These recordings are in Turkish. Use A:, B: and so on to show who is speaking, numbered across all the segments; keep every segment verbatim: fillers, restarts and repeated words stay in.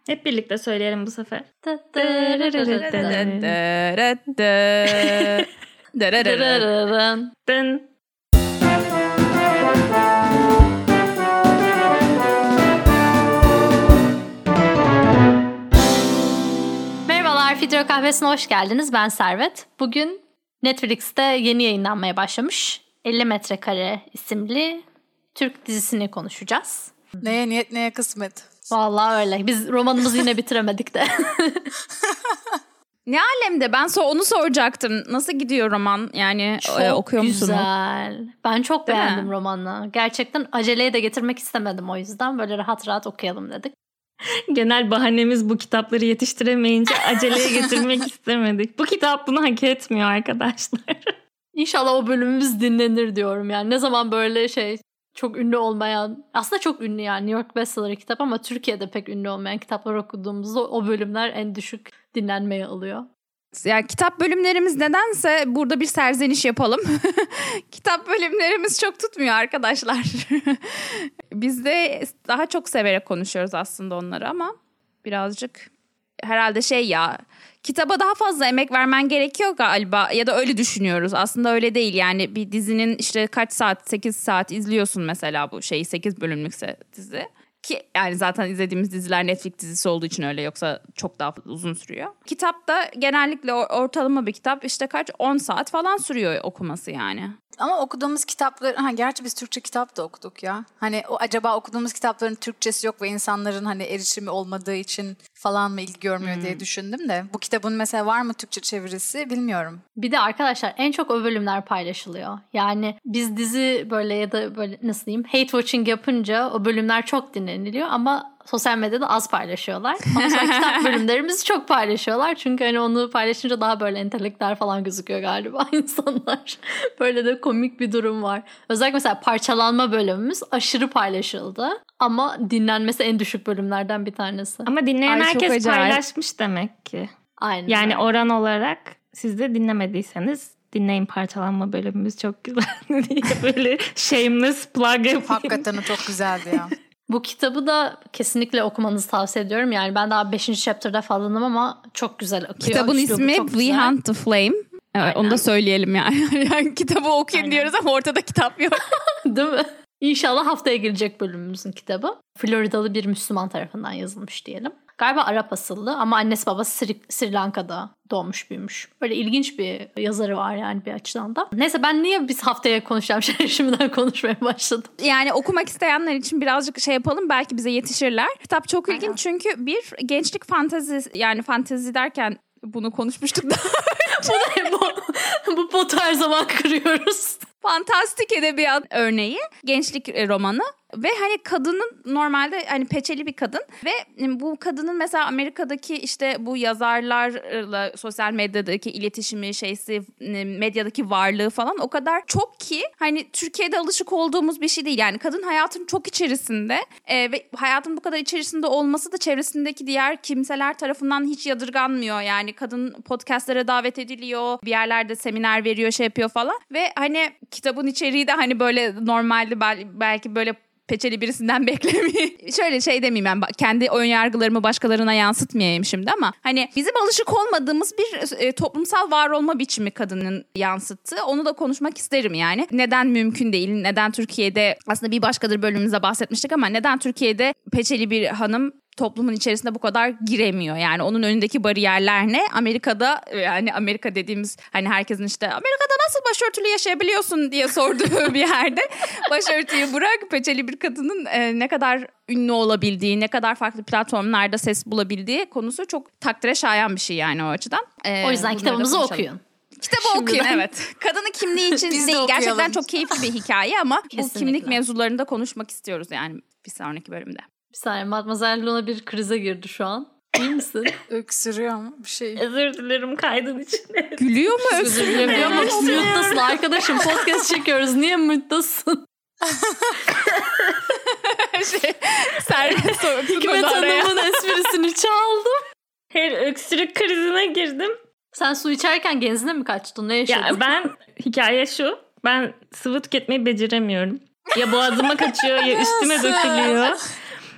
A: Hep birlikte söyleyelim bu sefer.
B: Merhabalar, Filtre Kahvesi'ne hoş geldiniz. Ben Servet. Bugün Netflix'te yeni yayınlanmaya başlamış elli Metrekare isimli Türk dizisini konuşacağız.
C: Neye niyet neye kısmet.
B: Vallahi öyle. Biz romanımızı yine bitiremedik de.
D: Ne alemde? Ben so- onu soracaktım. Nasıl gidiyor roman? Yani
B: çok
D: e, okuyor musunuz?
B: Çok güzel. Ben çok
D: Değil
B: beğendim
D: mi?
B: romanı. Gerçekten aceleye de getirmek istemedim o yüzden. Böyle rahat rahat okuyalım dedik.
A: Genel bahanemiz bu kitapları yetiştiremeyince aceleye getirmek istemedik. Bu kitap bunu hak etmiyor arkadaşlar.
B: İnşallah o bölümümüz dinlenir diyorum. Yani ne zaman böyle şey çok ünlü olmayan, aslında çok ünlü yani New York bestseller kitap ama Türkiye'de pek ünlü olmayan kitaplar okuduğumuzda o bölümler en düşük dinlenmeyi alıyor.
D: Yani kitap bölümlerimiz nedense burada bir serzeniş yapalım. Kitap bölümlerimiz çok tutmuyor arkadaşlar. Biz de daha çok severek konuşuyoruz aslında onları ama birazcık herhalde şey ya, kitaba daha fazla emek vermen gerekiyor galiba ya da öyle düşünüyoruz. Aslında öyle değil yani, bir dizinin işte kaç saat, sekiz saat izliyorsun mesela, bu şeyi sekiz bölümlükse dizi. Ki yani zaten izlediğimiz diziler Netflix dizisi olduğu için öyle, yoksa çok daha uzun sürüyor. Kitap da genellikle ortalama bir kitap işte kaç on saat falan sürüyor okuması yani.
C: Ama okuduğumuz kitaplar, ha gerçi biz Türkçe kitap da okuduk ya. Hani o acaba okuduğumuz kitapların Türkçesi yok ve insanların hani erişimi olmadığı için falan mı ilgi görmüyor hmm. diye düşündüm de. Bu kitabın mesela var mı Türkçe çevirisi bilmiyorum.
B: Bir de arkadaşlar en çok o bölümler paylaşılıyor. Yani biz dizi böyle ya da böyle nasıl diyeyim hate watching yapınca o bölümler çok dinleniliyor ama sosyal medyada az paylaşıyorlar. Ama sonra kitap bölümlerimizi çok paylaşıyorlar. Çünkü hani onu paylaşınca daha böyle entelektüel falan gözüküyor galiba insanlar. Böyle de komik bir durum var. Özellikle mesela parçalanma bölümümüz aşırı paylaşıldı. Ama dinlenmesi en düşük bölümlerden bir tanesi.
A: Ama dinleyen
D: Ay,
A: herkes paylaşmış demek ki.
B: Aynen.
A: Yani öyle. Oran olarak siz de dinlemediyseniz dinleyin, parçalanma bölümümüz çok güzel diye böyle shameless plug yapayım.
C: Hakikaten o çok güzeldi ya.
B: Bu kitabı da kesinlikle okumanızı tavsiye ediyorum. Yani ben daha beşinci chapter'da falanım ama çok güzel akıyor.
D: Kitabın
B: Üslubu
D: ismi
B: çok
D: We
B: güzel.
D: Hunt the Flame. Evet, onu da söyleyelim yani. Yani kitabı okuyun Aynen. diyoruz ama ortada kitap yok.
B: Değil mi? İnşallah haftaya gelecek bölümümüzün kitabı. Floridalı bir Müslüman tarafından yazılmış diyelim. Galiba Arap asıllı ama annesi babası Sri, Sri Lanka'da doğmuş büyümüş. Böyle ilginç bir yazarı var yani bir açıdan da. Neyse ben niye biz haftaya konuşacağım şey şimdiden konuşmaya başladım.
D: Yani okumak isteyenler için birazcık şey yapalım, belki bize yetişirler. Kitap çok ilginç Aynen. çünkü bir gençlik fantezi, yani fantezi derken bunu konuşmuştuk daha önce.
B: bu, bu potu her zaman kırıyoruz.
D: Fantastik edebiyat örneği, gençlik romanı ve hani kadının normalde hani peçeli bir kadın ve bu kadının mesela Amerika'daki işte bu yazarlarla sosyal medyadaki iletişimi, şeysi, medyadaki varlığı falan o kadar çok ki hani Türkiye'de alışık olduğumuz bir şey değil. Yani kadın hayatın çok içerisinde e, ve hayatın bu kadar içerisinde olması da çevresindeki diğer kimseler tarafından hiç yadırganmıyor. Yani kadın podcastlere davet ediliyor, bir yerlerde seminer veriyor, şey yapıyor falan ve hani kitabın içeriği de hani böyle normalde belki böyle peçeli birisinden beklemeyi. Şöyle şey demeyeyim ben, kendi ön yargılarımı başkalarına yansıtmayayım şimdi ama hani bizim alışık olmadığımız bir e, toplumsal var olma biçimi kadının yansıttığı. Onu da konuşmak isterim yani. Neden mümkün değil? Neden Türkiye'de, aslında bir başkadır bölümümüzde bahsetmiştik ama neden Türkiye'de peçeli bir hanım toplumun içerisinde bu kadar giremiyor? Yani onun önündeki bariyerler ne? Amerika'da, yani Amerika dediğimiz hani herkesin işte Amerika'da nasıl başörtülü yaşayabiliyorsun diye sorduğu bir yerde başörtüyü bırak, peçeli bir kadının e, ne kadar ünlü olabildiği, ne kadar farklı platformlarda ses bulabildiği konusu çok takdire şayan bir şey yani o açıdan.
B: E, o yüzden kitabımızı okuyun.
D: Kitabı Şimdiden. okuyun evet. Kadının kimliği için değil. De gerçekten çok keyifli bir hikaye ama bu kimlik mevzularında konuşmak istiyoruz yani bir sonraki bölümde.
B: Bir saniye, Mademoiselle Luna bir krize girdi şu an. İyi misin?
C: Öksürüyor ama bir şey.
A: Özür dilerim kaydın için.
D: Gülüyor mu öksürüyor?
B: Gülüyor mu? Mute'dasın arkadaşım, podcast çekiyoruz. Niye mute'dasın?
D: şey, Servet soğuk.
B: Hikmet Hanım'ın esprisini çaldım.
A: Hayır, öksürük krizine girdim.
B: Sen su içerken genzine mi kaçtın? Ne yaşadın?
A: Ya ben, hikaye şu. Ben sıvı tüketmeyi beceremiyorum. Ya boğazıma kaçıyor ya üstüme dökülüyor.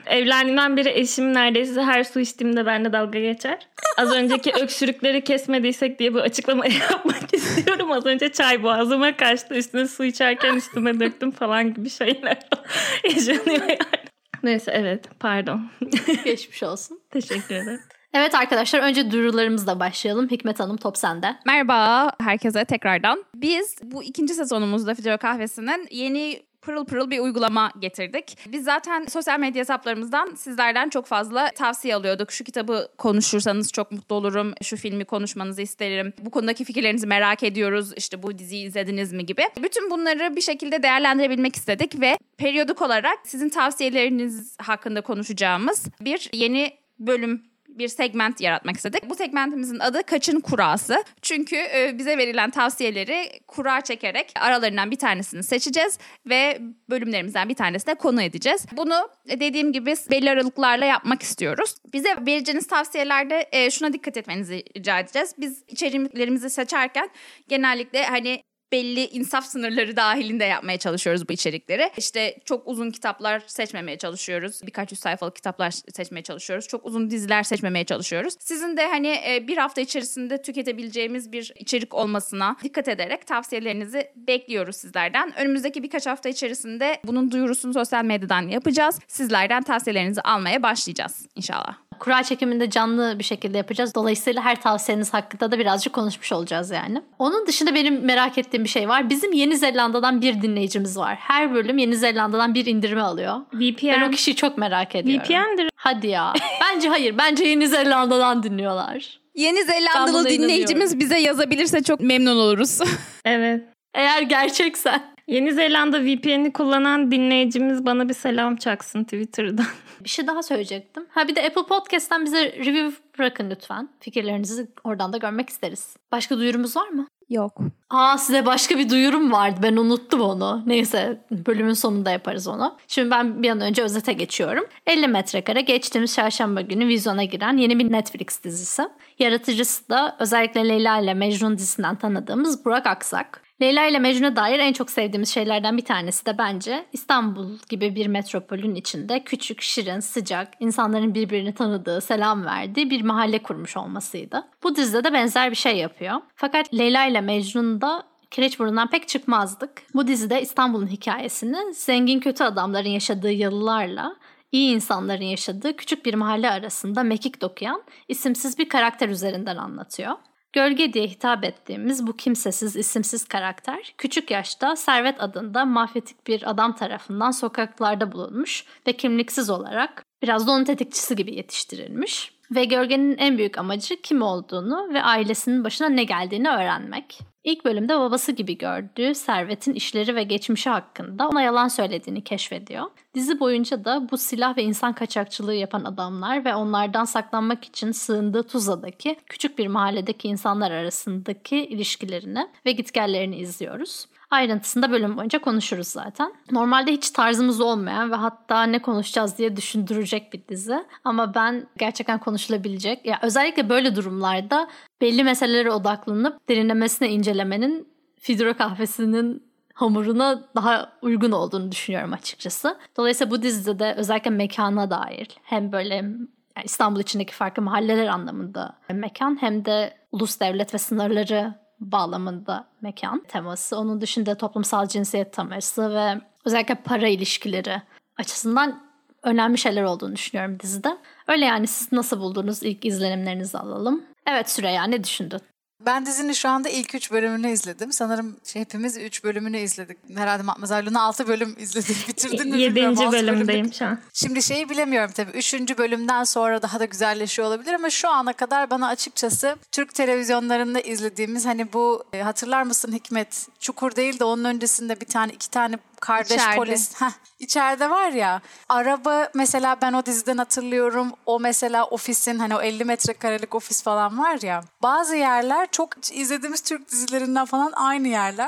A: Evlendiğimden beri eşim neredeyse her su içtiğimde benimle dalga geçer. Az önceki öksürükleri kesmediysek diye bu açıklamayı yapmak istiyorum. Az önce çay boğazıma kaçtı. Üstüne su içerken üstüme döktüm falan gibi şeyler yaşanıyor yani. Neyse evet pardon.
B: Geçmiş olsun.
A: Teşekkür ederim.
B: Evet arkadaşlar, önce duyurularımızla başlayalım. Hikmet Hanım, top sende.
D: Merhaba herkese tekrardan. Biz bu ikinci sezonumuzda Filtre Kahvesi'nin yeni pırıl pırıl bir uygulama getirdik. Biz zaten sosyal medya hesaplarımızdan sizlerden çok fazla tavsiye alıyorduk. Şu kitabı konuşursanız çok mutlu olurum. Şu filmi konuşmanızı isterim. Bu konudaki fikirlerinizi merak ediyoruz. İşte bu diziyi izlediniz mi gibi. Bütün bunları bir şekilde değerlendirebilmek istedik ve periyodik olarak sizin tavsiyeleriniz hakkında konuşacağımız bir yeni bölüm, bir segment yaratmak istedik. Bu segmentimizin adı Kaçın Kurası. Çünkü e, bize verilen tavsiyeleri kura çekerek aralarından bir tanesini seçeceğiz ve bölümlerimizden bir tanesine konu edeceğiz. Bunu dediğim gibi belli aralıklarla yapmak istiyoruz. Bize vereceğiniz tavsiyelerde e, şuna dikkat etmenizi rica edeceğiz. Biz içeriklerimizi seçerken genellikle hani belli insaf sınırları dahilinde yapmaya çalışıyoruz bu içerikleri. İşte çok uzun kitaplar seçmemeye çalışıyoruz. Birkaç yüz sayfalık kitaplar seçmeye çalışıyoruz. Çok uzun diziler seçmemeye çalışıyoruz. Sizin de hani bir hafta içerisinde tüketebileceğimiz bir içerik olmasına dikkat ederek tavsiyelerinizi bekliyoruz sizlerden. Önümüzdeki birkaç hafta içerisinde bunun duyurusunu sosyal medyadan yapacağız. Sizlerden tavsiyelerinizi almaya başlayacağız inşallah.
B: Kura çekiminde canlı bir şekilde yapacağız. Dolayısıyla her tavsiyeniz hakkında da birazcık konuşmuş olacağız yani. Onun dışında benim merak ettiğim bir şey var. Bizim Yeni Zelanda'dan bir dinleyicimiz var. Her bölüm Yeni Zelanda'dan bir indirme alıyor.
A: V P N.
B: Ben o kişiyi çok merak ediyorum.
A: V P N'dir.
B: Hadi ya. Bence hayır. Bence Yeni Zelanda'dan dinliyorlar.
D: Yeni Zelandalı dinleyicimiz bize yazabilirse çok memnun oluruz.
A: Evet.
B: Eğer gerçeksen.
A: Yeni Zelanda V P N'i kullanan dinleyicimiz bana bir selam çaksın Twitter'dan.
B: Bir şey daha söyleyecektim. Ha bir de Apple Podcast'ten bize review bırakın lütfen. Fikirlerinizi oradan da görmek isteriz. Başka duyurumuz var mı?
D: Yok.
B: Aa, size başka bir duyurum vardı. Ben unuttum onu. Neyse, bölümün sonunda yaparız onu. Şimdi ben bir an önce özete geçiyorum. elli metrekare geçtiğimiz çarşamba günü vizyona giren yeni bir Netflix dizisi. Yaratıcısı da özellikle Leyla ile Mecnun dizisinden tanıdığımız Burak Aksak. Leyla ile Mecnun'a dair en çok sevdiğimiz şeylerden bir tanesi de bence İstanbul gibi bir metropolün içinde küçük, şirin, sıcak, insanların birbirini tanıdığı, selam verdiği bir mahalle kurmuş olmasıydı. Bu dizide de benzer bir şey yapıyor. Fakat Leyla ile Mecnun'da Kireçburnu'ndan pek çıkmazdık. Bu dizide İstanbul'un hikayesini zengin kötü adamların yaşadığı yalılarla iyi insanların yaşadığı küçük bir mahalle arasında mekik dokuyan isimsiz bir karakter üzerinden anlatıyor. Gölge diye hitap ettiğimiz bu kimsesiz, isimsiz karakter küçük yaşta Servet adında mafyatik bir adam tarafından sokaklarda bulunmuş ve kimliksiz olarak biraz da onun tetikçisi gibi yetiştirilmiş. Ve Gölge'nin en büyük amacı kim olduğunu ve ailesinin başına ne geldiğini öğrenmek. İlk bölümde babası gibi gördüğü Servet'in işleri ve geçmişi hakkında ona yalan söylediğini keşfediyor. Dizi boyunca da bu silah ve insan kaçakçılığı yapan adamlar ve onlardan saklanmak için sığındığı Tuzla'daki küçük bir mahalledeki insanlar arasındaki ilişkilerini ve gitgellerini izliyoruz. Ayrıntısında bölüm boyunca konuşuruz zaten. Normalde hiç tarzımız olmayan ve hatta ne konuşacağız diye düşündürecek bir dizi. Ama ben gerçekten konuşulabilecek, ya özellikle böyle durumlarda belli meselelere odaklanıp derinlemesine incelemenin Filtre Kahvesi'nin hamuruna daha uygun olduğunu düşünüyorum açıkçası. Dolayısıyla bu dizide de özellikle mekana dair hem böyle yani İstanbul içindeki farklı mahalleler anlamında mekan hem de ulus devlet ve sınırları bağlamında mekan teması. Onun dışında toplumsal cinsiyet teması ve özellikle para ilişkileri açısından önemli şeyler olduğunu düşünüyorum dizide. Öyle yani, siz nasıl buldunuz? İlk izlenimlerinizi alalım. Evet Süreyya, ne düşündün?
C: Ben dizinin şu anda ilk üç bölümünü izledim. Sanırım şey, hepimiz üç bölümünü izledik. Herhalde Matmazel Luna altı bölüm izledik. Bitirdin mi?
A: Yedinci bölümdeyim şu an.
C: Şimdi şeyi bilemiyorum tabii. Üçüncü bölümden sonra daha da güzelleşiyor olabilir ama şu ana kadar bana açıkçası Türk televizyonlarında izlediğimiz hani bu e, hatırlar mısın Hikmet? Çukur değil de onun öncesinde bir tane iki tane kardeş
D: İçeride.
C: polis. Heh, içeride var ya, araba mesela, ben o diziden hatırlıyorum. O mesela ofisin hani o elli metrekarelik ofis falan var ya. Bazı yerler çok izlediğimiz Türk dizilerinden falan aynı yerler.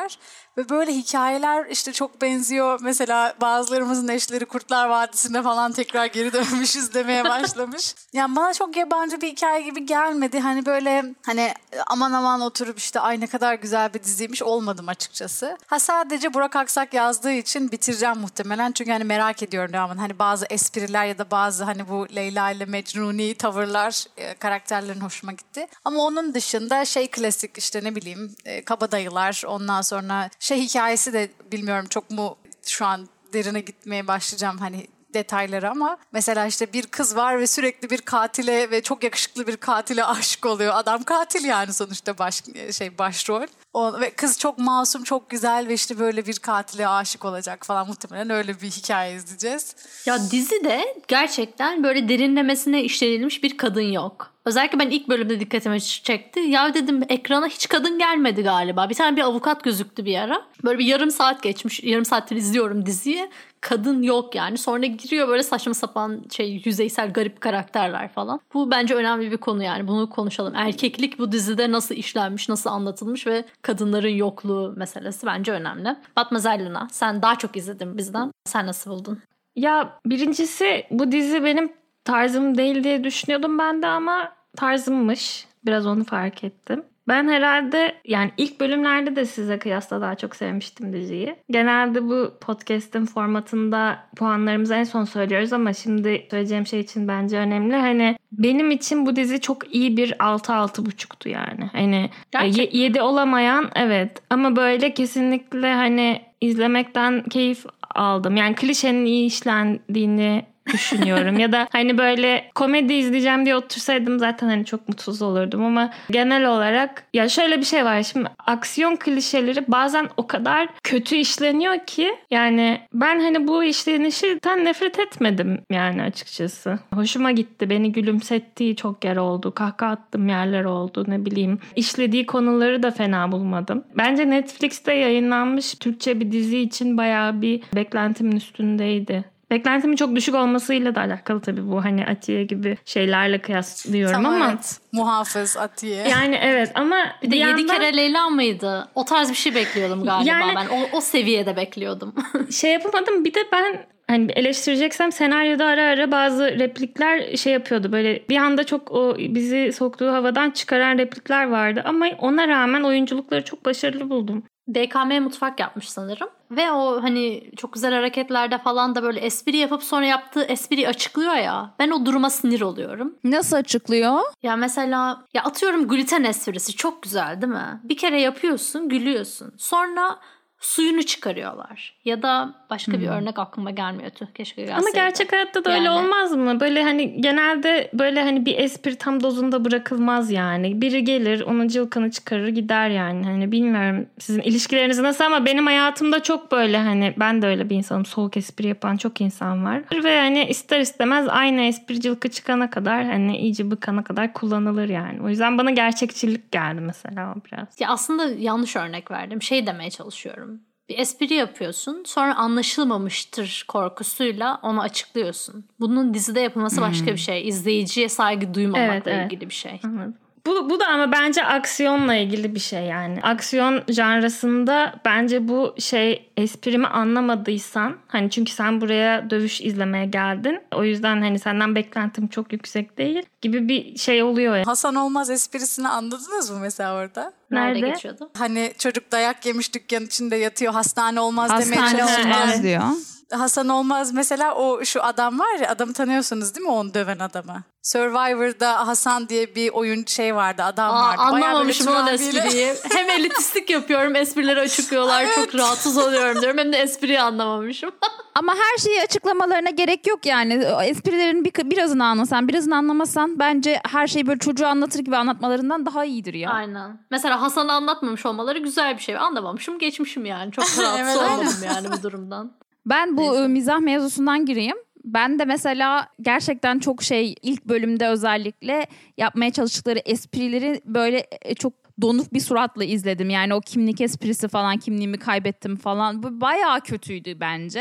C: Ve böyle hikayeler işte çok benziyor. Mesela bazılarımızın eşleri Kurtlar Vadisi'nde falan tekrar geri dönmüş, izlemeye başlamış. Yani bana çok yabancı bir hikaye gibi gelmedi. Hani böyle hani aman aman oturup işte ay ne kadar güzel bir diziymiş olmadım açıkçası. Ha sadece Burak Aksak yazdığı için bitireceğim muhtemelen. Çünkü hani merak ediyorum devamını. Hani bazı espriler ya da bazı hani bu Leyla ile Mecnuni tavırlar e, karakterlerin hoşuma gitti. Ama onun dışında şey klasik işte ne bileyim e, kabadayılar, ondan sonra şey hikayesi de bilmiyorum çok mu şu an derine gitmeye başlayacağım hani detayları ama mesela işte bir kız var ve sürekli bir katile ve çok yakışıklı bir katile aşık oluyor. Adam katil yani sonuçta baş şey başrol. O, ve kız çok masum, çok güzel ve işte böyle bir katile aşık olacak falan, muhtemelen öyle bir hikaye izleyeceğiz.
B: Ya dizide gerçekten böyle derinlemesine işlenilmiş bir kadın yok. Özellikle ben ilk bölümde dikkatimi çekti. Ya dedim ekrana hiç kadın gelmedi galiba. Bir tane bir avukat gözüktü bir ara. Böyle bir yarım saat geçmiş. Yarım saattir izliyorum diziyi. Kadın yok yani. Sonra giriyor böyle saçma sapan şey yüzeysel garip karakterler falan. Bu bence önemli bir konu yani. Bunu konuşalım. Erkeklik bu dizide nasıl işlenmiş, nasıl anlatılmış ve kadınların yokluğu meselesi bence önemli. Matmazel Luna, sen daha çok izledin bizden. Sen nasıl buldun?
A: Ya birincisi bu dizi benim tarzım değil diye düşünüyordum ben de ama tarzımmış. Biraz onu fark ettim. Ben herhalde yani ilk bölümlerde de size kıyasla daha çok sevmiştim diziyi. Genelde bu podcast'in formatında puanlarımızı en son söylüyoruz ama şimdi söyleyeceğim şey için bence önemli. Hani benim için bu dizi çok iyi bir altı altı buçuktu yani. Hani yedi olamayan evet ama böyle kesinlikle hani izlemekten keyif aldım. Yani klişenin iyi işlendiğini düşünüyorum. Ya da hani böyle komedi izleyeceğim diye otursaydım zaten hani çok mutsuz olurdum ama genel olarak ya şöyle bir şey var, şimdi aksiyon klişeleri bazen o kadar kötü işleniyor ki yani ben hani bu işlenişten nefret etmedim yani açıkçası. Hoşuma gitti. Beni gülümsettiği çok yer oldu. Kahkaha attığım yerler oldu, ne bileyim. İşlediği konuları da fena bulmadım. Bence Netflix'te yayınlanmış Türkçe bir dizi için bayağı bir beklentimin üstündeydi. Beklentimin çok düşük olmasıyla da alakalı tabii bu, hani Atiye gibi şeylerle kıyaslıyorum
C: tamam,
A: ama.
C: Evet. Muhafız Atiye.
A: Yani evet ama
B: bir de bir yedi yandan... kere Leyla mıydı? O tarz bir şey bekliyordum galiba yani... ben. O, o seviyede bekliyordum.
A: Şey yapamadım, bir de ben hani eleştireceksem senaryoda ara ara bazı replikler şey yapıyordu, böyle bir anda çok o bizi soktuğu havadan çıkaran replikler vardı ama ona rağmen oyunculukları çok başarılı buldum.
B: D K M mutfak yapmış sanırım. Ve o hani çok güzel hareketlerde falan da böyle espri yapıp sonra yaptığı espriyi açıklıyor ya. Ben o duruma sinir oluyorum.
D: Nasıl açıklıyor?
B: Ya mesela ya atıyorum gluten esprisi çok güzel değil mi? Bir kere yapıyorsun, gülüyorsun. Sonra suyunu çıkarıyorlar. Ya da başka hmm. bir örnek aklıma gelmiyor. Keşke gelseydi.
A: Ama gerçek hayatta da yani... öyle olmaz mı? Böyle hani genelde böyle hani bir espri tam dozunda bırakılmaz yani. Biri gelir onun cılkını çıkarır gider yani. Hani bilmiyorum sizin ilişkileriniz nasıl ama benim hayatımda çok böyle hani ben de öyle bir insanım. Soğuk espri yapan çok insan var. Ve hani ister istemez aynı espri cılkı çıkana kadar hani iyice bıkana kadar kullanılır yani. O yüzden bana gerçekçilik geldi mesela o biraz.
B: Ya aslında yanlış örnek verdim. Şey demeye çalışıyorum. Bir espri yapıyorsun, sonra anlaşılmamıştır korkusuyla onu açıklıyorsun. Bunun dizide yapılması başka bir şey. İzleyiciye saygı duymamakla evet, evet. ilgili bir şey.
A: Anladım. Bu, bu da ama bence aksiyonla ilgili bir şey yani. Aksiyon janrasında bence bu şey, esprimi anlamadıysan hani çünkü sen buraya dövüş izlemeye geldin. O yüzden hani senden beklentim çok yüksek değil gibi bir şey oluyor ya.
C: Hasan Olmaz esprisini anladınız mı mesela orada?
B: Nerede, Nerede geçiyordu?
C: Hani çocuk dayak yemiş dükkan içinde yatıyor. Hastane olmaz
D: Hastane
C: demeye çalışıyor.
D: Hastane olmaz diyor.
C: Hasan Olmaz mesela, o şu adam var ya, adamı tanıyorsunuz değil mi, onu döven adamı? Survivor'da Hasan diye bir oyun şey vardı, adam
B: Aa,
C: vardı.
B: Anlamamışım o espriyi. Hem elitistlik yapıyorum, esprileri açıklıyorlar, evet. Çok rahatsız oluyorum diyorum. Hem de espriyi anlamamışım.
D: Ama her şeyi açıklamalarına gerek yok yani. Esprilerin bir, birazını anlasan, birazını anlamasan bence her şeyi böyle çocuğu anlatır gibi anlatmalarından daha iyidir ya.
B: Aynen. Mesela Hasan'ı anlatmamış olmaları güzel bir şey. Anlamamışım, geçmişim yani. Çok rahatsız evet, olmadım yani bu durumdan.
D: Ben bu Neyse. mizah mevzusundan gireyim. Ben de mesela gerçekten çok şey, ilk bölümde özellikle yapmaya çalıştıkları esprileri böyle çok donuk bir suratla izledim. Yani o kimlik esprisi falan, kimliğimi kaybettim falan. Bu bayağı kötüydü bence.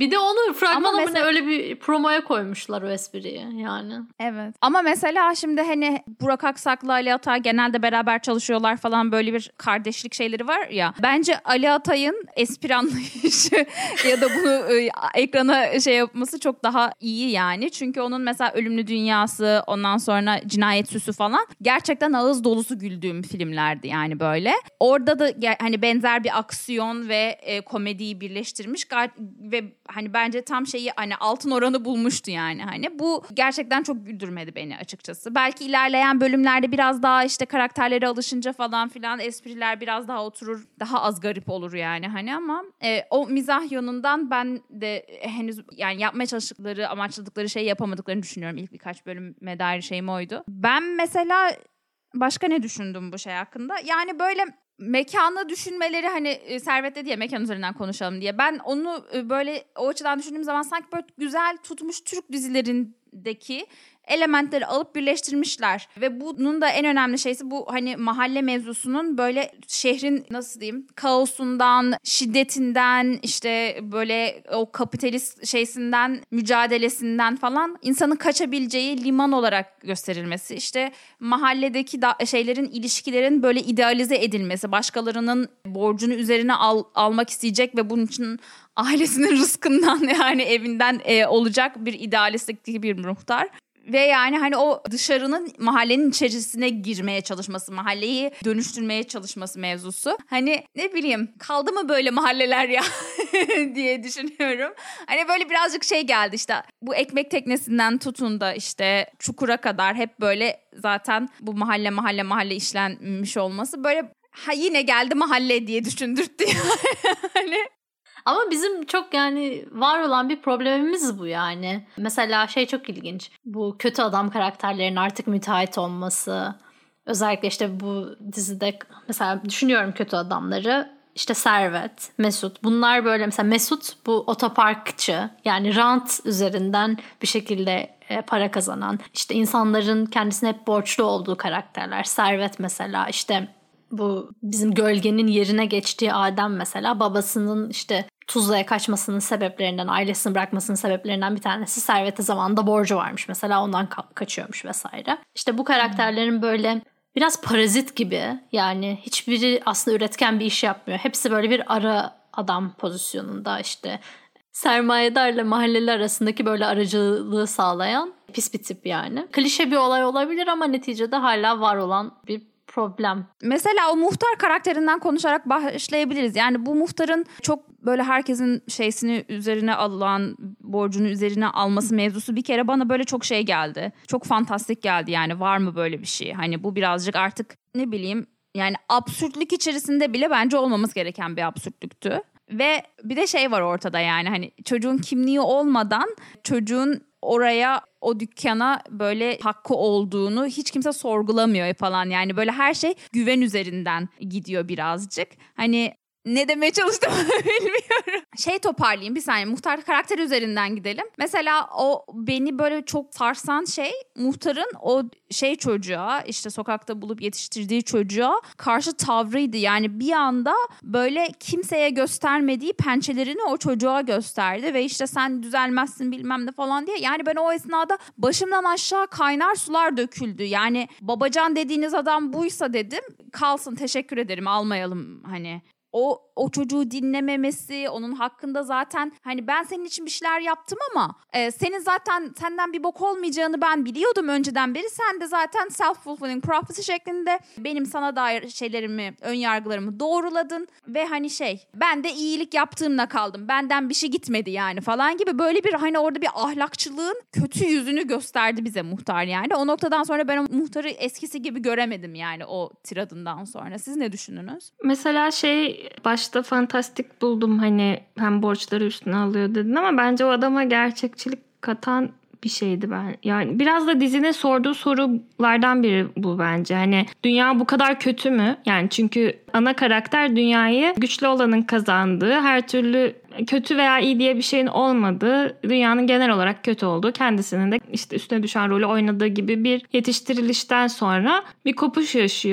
B: Bir de onu fragmana
D: mesela...
B: öyle bir promoya koymuşlar o espriyi yani.
D: Evet. Ama mesela şimdi hani Burak Aksak'la Ali Atay genelde beraber çalışıyorlar falan, böyle bir kardeşlik şeyleri var ya. Bence Ali Atay'ın espri anlayışı ya da bunu e, ekrana şey yapması çok daha iyi yani. Çünkü onun mesela Ölümlü Dünyası, ondan sonra Cinayet Süsü falan gerçekten ağız dolusu güldüğüm filmlerdi yani böyle. Orada da hani benzer bir aksiyon ve e, komediyi birleştirmiş ve hani bence tam şeyi hani altın oranı bulmuştu yani. Hani bu gerçekten çok güldürmedi beni açıkçası. Belki ilerleyen bölümlerde biraz daha işte karakterlere alışınca falan filan espriler biraz daha oturur, daha az garip olur yani hani, ama e, o mizah yönünden ben de henüz yani yapmaya çalıştıkları, amaçladıkları şeyi yapamadıklarını düşünüyorum. İlk birkaç bölüme dair şeyim oydu. Ben mesela başka ne düşündüm bu şey hakkında? Yani böyle mekanı düşünmeleri, hani e, Servet dedi ya mekan üzerinden konuşalım diye. Ben onu e, böyle o açıdan düşündüğüm zaman sanki böyle güzel tutmuş Türk dizilerindeki elementleri alıp birleştirmişler. Ve bunun da en önemli şeysi bu hani mahalle mevzusunun böyle şehrin nasıl diyeyim kaosundan, şiddetinden, işte böyle o kapitalist şeysinden, mücadelesinden falan insanın kaçabileceği liman olarak gösterilmesi. İşte mahalledeki da şeylerin, ilişkilerin böyle idealize edilmesi. Başkalarının borcunu üzerine al, almak isteyecek ve bunun için ailesinin rızkından yani evinden e, olacak bir idealistlik bir muhtar. Ve yani hani o dışarının mahallenin içerisine girmeye çalışması, mahalleyi dönüştürmeye çalışması mevzusu. Hani ne bileyim kaldı mı böyle mahalleler ya diye düşünüyorum. Hani böyle birazcık şey geldi işte bu ekmek teknesinden tutun da işte Çukur'a kadar hep böyle zaten bu mahalle mahalle mahalle işlenmiş olması böyle ha yine geldi mahalle diye düşündürttü yani. Hani
B: ama bizim çok yani var olan bir problemimiz bu yani. Mesela şey çok ilginç. Bu kötü adam karakterlerin artık müteahhit olması. Özellikle işte bu dizide mesela düşünüyorum kötü adamları. İşte Servet, Mesut. Bunlar böyle mesela Mesut bu otoparkçı. Yani rant üzerinden bir şekilde para kazanan. İşte insanların kendisine hep borçlu olduğu karakterler. Servet mesela işte bu bizim Gölge'nin yerine geçtiği Adem mesela babasının işte Tuzla'ya kaçmasının sebeplerinden, ailesini bırakmasının sebeplerinden bir tanesi Servet'e zamanında borcu varmış mesela, ondan ka- kaçıyormuş vesaire. İşte bu karakterlerin böyle biraz parazit gibi, yani hiçbiri aslında üretken bir iş yapmıyor. Hepsi böyle bir ara adam pozisyonunda, işte sermayedarla mahalleli arasındaki böyle aracılığı sağlayan pis bir tip yani. Klişe bir olay olabilir ama neticede hala var olan bir problem.
D: Mesela o muhtar karakterinden konuşarak başlayabiliriz. Yani bu muhtarın çok böyle herkesin şeysini üzerine alan, borcunu üzerine alması mevzusu bir kere bana böyle çok şey geldi. Çok fantastik geldi yani, var mı böyle bir şey? Hani bu birazcık artık ne bileyim yani absürtlük içerisinde bile bence olmamız gereken bir absürtlüktü. Ve bir de şey var ortada yani hani çocuğun kimliği olmadan çocuğun oraya, o dükkana böyle hakkı olduğunu hiç kimse sorgulamıyor falan. Yani böyle her şey güven üzerinden gidiyor birazcık. Hani ne demeye çalıştım bilmiyorum. Şey toparlayayım bir saniye, muhtar karakteri üzerinden gidelim. Mesela o beni böyle çok sarsan şey muhtarın o şey çocuğa, işte sokakta bulup yetiştirdiği çocuğa karşı tavrıydı. Yani bir anda böyle kimseye göstermediği pençelerini o çocuğa gösterdi ve işte sen düzelmezsin bilmem ne falan diye. Yani ben o esnada başımdan aşağı kaynar sular döküldü. Yani babacan dediğiniz adam buysa dedim, kalsın, teşekkür ederim, almayalım hani. O o çocuğu dinlememesi, onun hakkında zaten hani ben senin için bir şeyler yaptım ama e, senin zaten senden bir bok olmayacağını ben biliyordum önceden beri. Sen de zaten self-fulfilling prophecy şeklinde benim sana dair şeylerimi, ön yargılarımı doğruladın ve hani şey, ben de iyilik yaptığımla kaldım. Benden bir şey gitmedi yani falan gibi böyle bir hani orada bir ahlakçılığın kötü yüzünü gösterdi bize muhtar yani. O noktadan sonra ben o muhtarı eskisi gibi göremedim yani o tiradından sonra. Siz ne düşündünüz?
A: Mesela şey baş Başta fantastik buldum, hani hem borçları üstüne alıyor dedin ama bence o adama gerçekçilik katan bir şeydi ben. Yani biraz da dizinin sorduğu sorulardan biri bu bence. Hani dünya bu kadar kötü mü? Yani çünkü ana karakter dünyayı güçlü olanın kazandığı, her türlü kötü veya iyi diye bir şeyin olmadığı, dünyanın genel olarak kötü olduğu, kendisinin de işte üstüne düşen rolü oynadığı gibi bir yetiştirilişten sonra bir kopuş yaşıyor.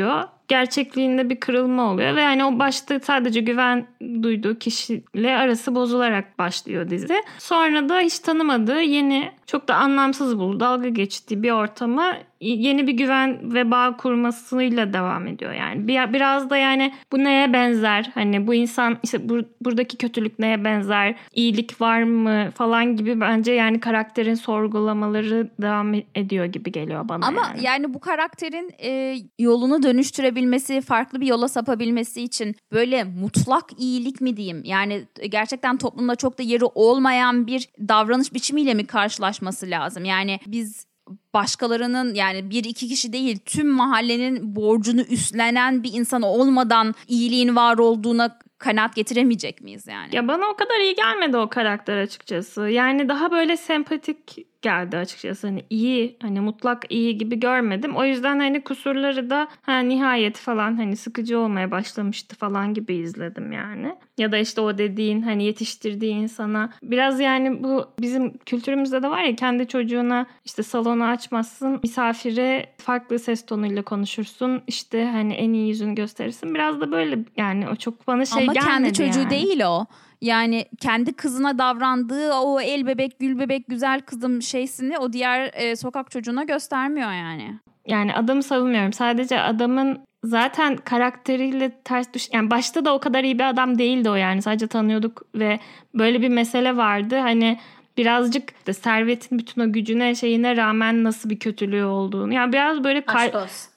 A: gerçekliğinde bir kırılma oluyor ve yani o başta sadece güven duyduğu kişiyle arası bozularak başlıyor dizi. Sonra da hiç tanımadığı yeni, çok da anlamsız bulduğu, dalga geçtiği bir ortama yeni bir güven ve bağ kurmasıyla devam ediyor yani. Bir, biraz da yani bu neye benzer? Hani bu insan işte bur, buradaki kötülük neye benzer? İyilik var mı falan gibi bence yani karakterin sorgulamaları devam ediyor gibi geliyor bana.
D: Ama
A: yani,
D: yani bu karakterin e, yolunu dönüştürebilmesi, farklı bir yola sapabilmesi için böyle mutlak iyilik mi diyeyim? Yani gerçekten toplumda çok da yeri olmayan bir davranış biçimiyle mi karşılaşması lazım? Yani biz başkalarının, yani bir iki kişi değil, tüm mahallenin borcunu üstlenen bir insan olmadan iyiliğin var olduğuna kanaat getiremeyecek miyiz yani?
A: Ya bana o kadar iyi gelmedi o karakter açıkçası. Yani daha böyle sempatik geldi açıkçası. Hani iyi, hani mutlak iyi gibi görmedim. O yüzden hani kusurları da ha, nihayet falan hani sıkıcı olmaya başlamıştı falan gibi izledim yani. Ya da işte o dediğin hani yetiştirdiği insana biraz yani bu bizim kültürümüzde de var ya, kendi çocuğuna işte salonu açmazsın, misafire farklı ses tonuyla konuşursun, işte hani en iyi yüzünü gösterirsin. Biraz da böyle yani o çok bana şey
D: Ama
A: gelmedi
D: kendi çocuğu
A: yani.
D: değil o. Yani kendi kızına davrandığı o el bebek, gül bebek, güzel kızım şeysini o diğer e, sokak çocuğuna göstermiyor yani.
A: Yani adamı savunmuyorum. Sadece adamın zaten karakteriyle ters düş... Yani başta da o kadar iyi bir adam değildi o yani. Sadece tanıyorduk ve böyle bir mesele vardı. Hani birazcık da servetin bütün o gücüne şeyine rağmen nasıl bir kötülüğü olduğunu. Yani biraz böyle... Kay...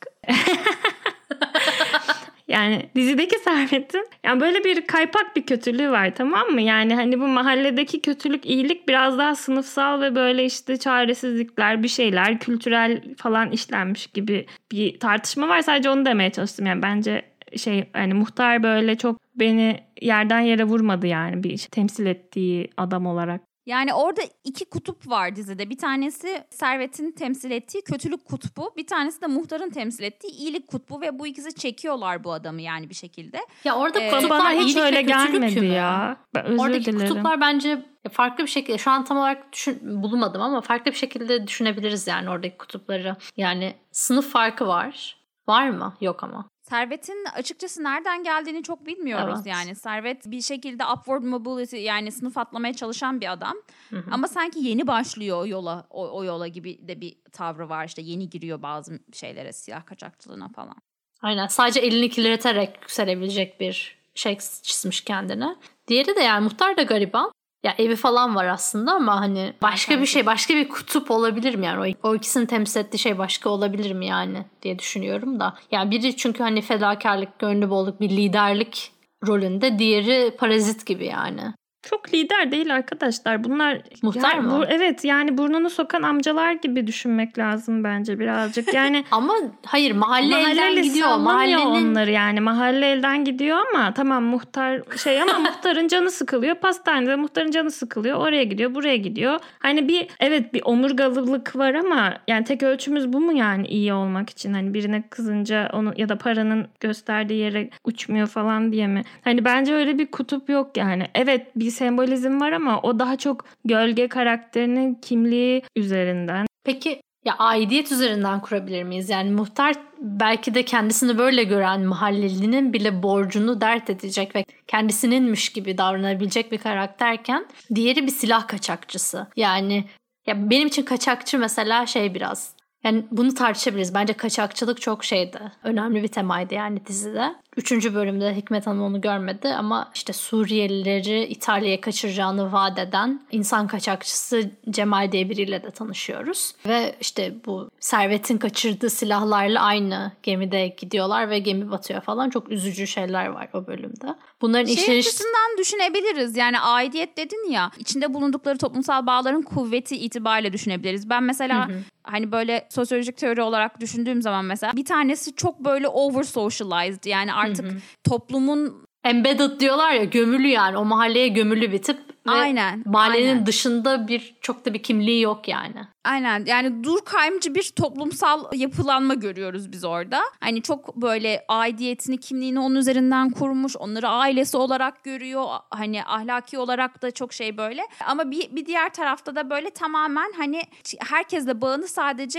A: Yani dizideki Servet'in yani böyle bir kaypak bir kötülüğü var, tamam mı? Yani hani bu mahalledeki kötülük, iyilik biraz daha sınıfsal ve böyle işte çaresizlikler, bir şeyler, kültürel falan işlenmiş gibi bir tartışma var. Sadece onu demeye çalıştım. Yani bence şey hani muhtar böyle çok beni yerden yere vurmadı yani bir temsil ettiği adam olarak.
D: Yani orada iki kutup var dizide. Bir tanesi Servet'in temsil ettiği kötülük kutbu. Bir tanesi de muhtarın temsil ettiği iyilik kutbu. Ve bu ikisi çekiyorlar bu adamı yani bir şekilde.
B: Ya orada
D: Ee,
B: kutuplar
A: bana hiç
B: iyilik
A: öyle
B: ve
A: gelmedi
B: mü?
A: ya. Ben özür
B: Oradaki
A: dilerim.
B: kutuplar bence farklı bir şekilde, şu an tam olarak düşün, bulamadım ama farklı bir şekilde düşünebiliriz yani oradaki kutupları. Yani sınıf farkı var. Var mı? Yok ama.
D: Servet'in açıkçası nereden geldiğini çok bilmiyoruz
B: Evet.
D: yani. Servet bir şekilde upward mobility, yani sınıf atlamaya çalışan bir adam. Hı hı. Ama sanki yeni başlıyor o yola, o, o yola gibi de bir tavrı var. İşte yeni giriyor bazı şeylere, silah kaçakçılığına falan.
B: Aynen, sadece elini kirleterek yükselebilecek bir şey çizmiş kendine. Diğeri de yani muhtar da gariban. Ya evi falan var aslında ama hani başka bir şey, başka bir kutup olabilir mi yani? O, o ikisini temsil ettiği şey başka olabilir mi yani diye düşünüyorum da. Yani biri çünkü hani fedakarlık, gönlü bolluk, bir liderlik rolünde, diğeri parazit gibi yani.
A: Çok lider değil arkadaşlar. Bunlar
B: muhtar
A: yani
B: mı?
A: Bu, evet yani burnunu sokan amcalar gibi düşünmek lazım bence birazcık. Yani
B: ama hayır, mahalle elden gidiyor.
A: Mahallenin onları
B: yani.
A: yani. Mahalle elden gidiyor ama tamam muhtar şey ama muhtarın canı sıkılıyor. Pastanede muhtarın canı sıkılıyor. Oraya gidiyor, buraya gidiyor. Hani bir evet bir omurgalılık var ama yani tek ölçümüz bu mu yani iyi olmak için? Hani birine kızınca onu ya da paranın gösterdiği yere uçmuyor falan diye mi? Hani bence öyle bir kutup yok yani. Evet bir sembolizm var ama o daha çok gölge karakterinin kimliği üzerinden.
B: Peki ya aidiyet üzerinden kurabilir miyiz? Yani muhtar belki de kendisini böyle gören mahallelinin bile borcunu dert edecek ve kendisininmiş gibi davranabilecek bir karakterken diğeri bir silah kaçakçısı. Yani ya benim için kaçakçı mesela şey biraz... Yani bunu tartışabiliriz. Bence kaçakçılık çok şeydi. Önemli bir temaydı yani dizide. Üçüncü bölümde Hikmet Hanım onu görmedi ama işte Suriyelileri İtalya'ya kaçıracağını vaat eden insan kaçakçısı Cemal diye biriyle de tanışıyoruz. Ve işte bu Servet'in kaçırdığı silahlarla aynı gemide gidiyorlar ve gemi batıyor falan. Çok üzücü şeyler var o bölümde. Bunların
D: şey
B: işleniş...
D: açısından düşünebiliriz. Yani aidiyet dedin ya, içinde bulundukları toplumsal bağların kuvveti itibariyle düşünebiliriz. Ben mesela hı hı. hani böyle sosyolojik teori olarak düşündüğüm zaman mesela bir tanesi çok böyle over socialized, yani artık hı hı. toplumun
B: embedded diyorlar ya, gömülü yani o mahalleye gömülü bir tip.
D: Aynen.
B: Mahallenin
D: aynen.
B: dışında bir çok da bir kimliği yok yani.
D: Aynen, yani Durkheimci bir toplumsal yapılanma görüyoruz biz orada. Hani çok böyle aidiyetini, kimliğini onun üzerinden kurmuş, onları ailesi olarak görüyor. Hani ahlaki olarak da çok şey böyle. Ama bir, bir diğer tarafta da böyle tamamen hani herkesle bağını sadece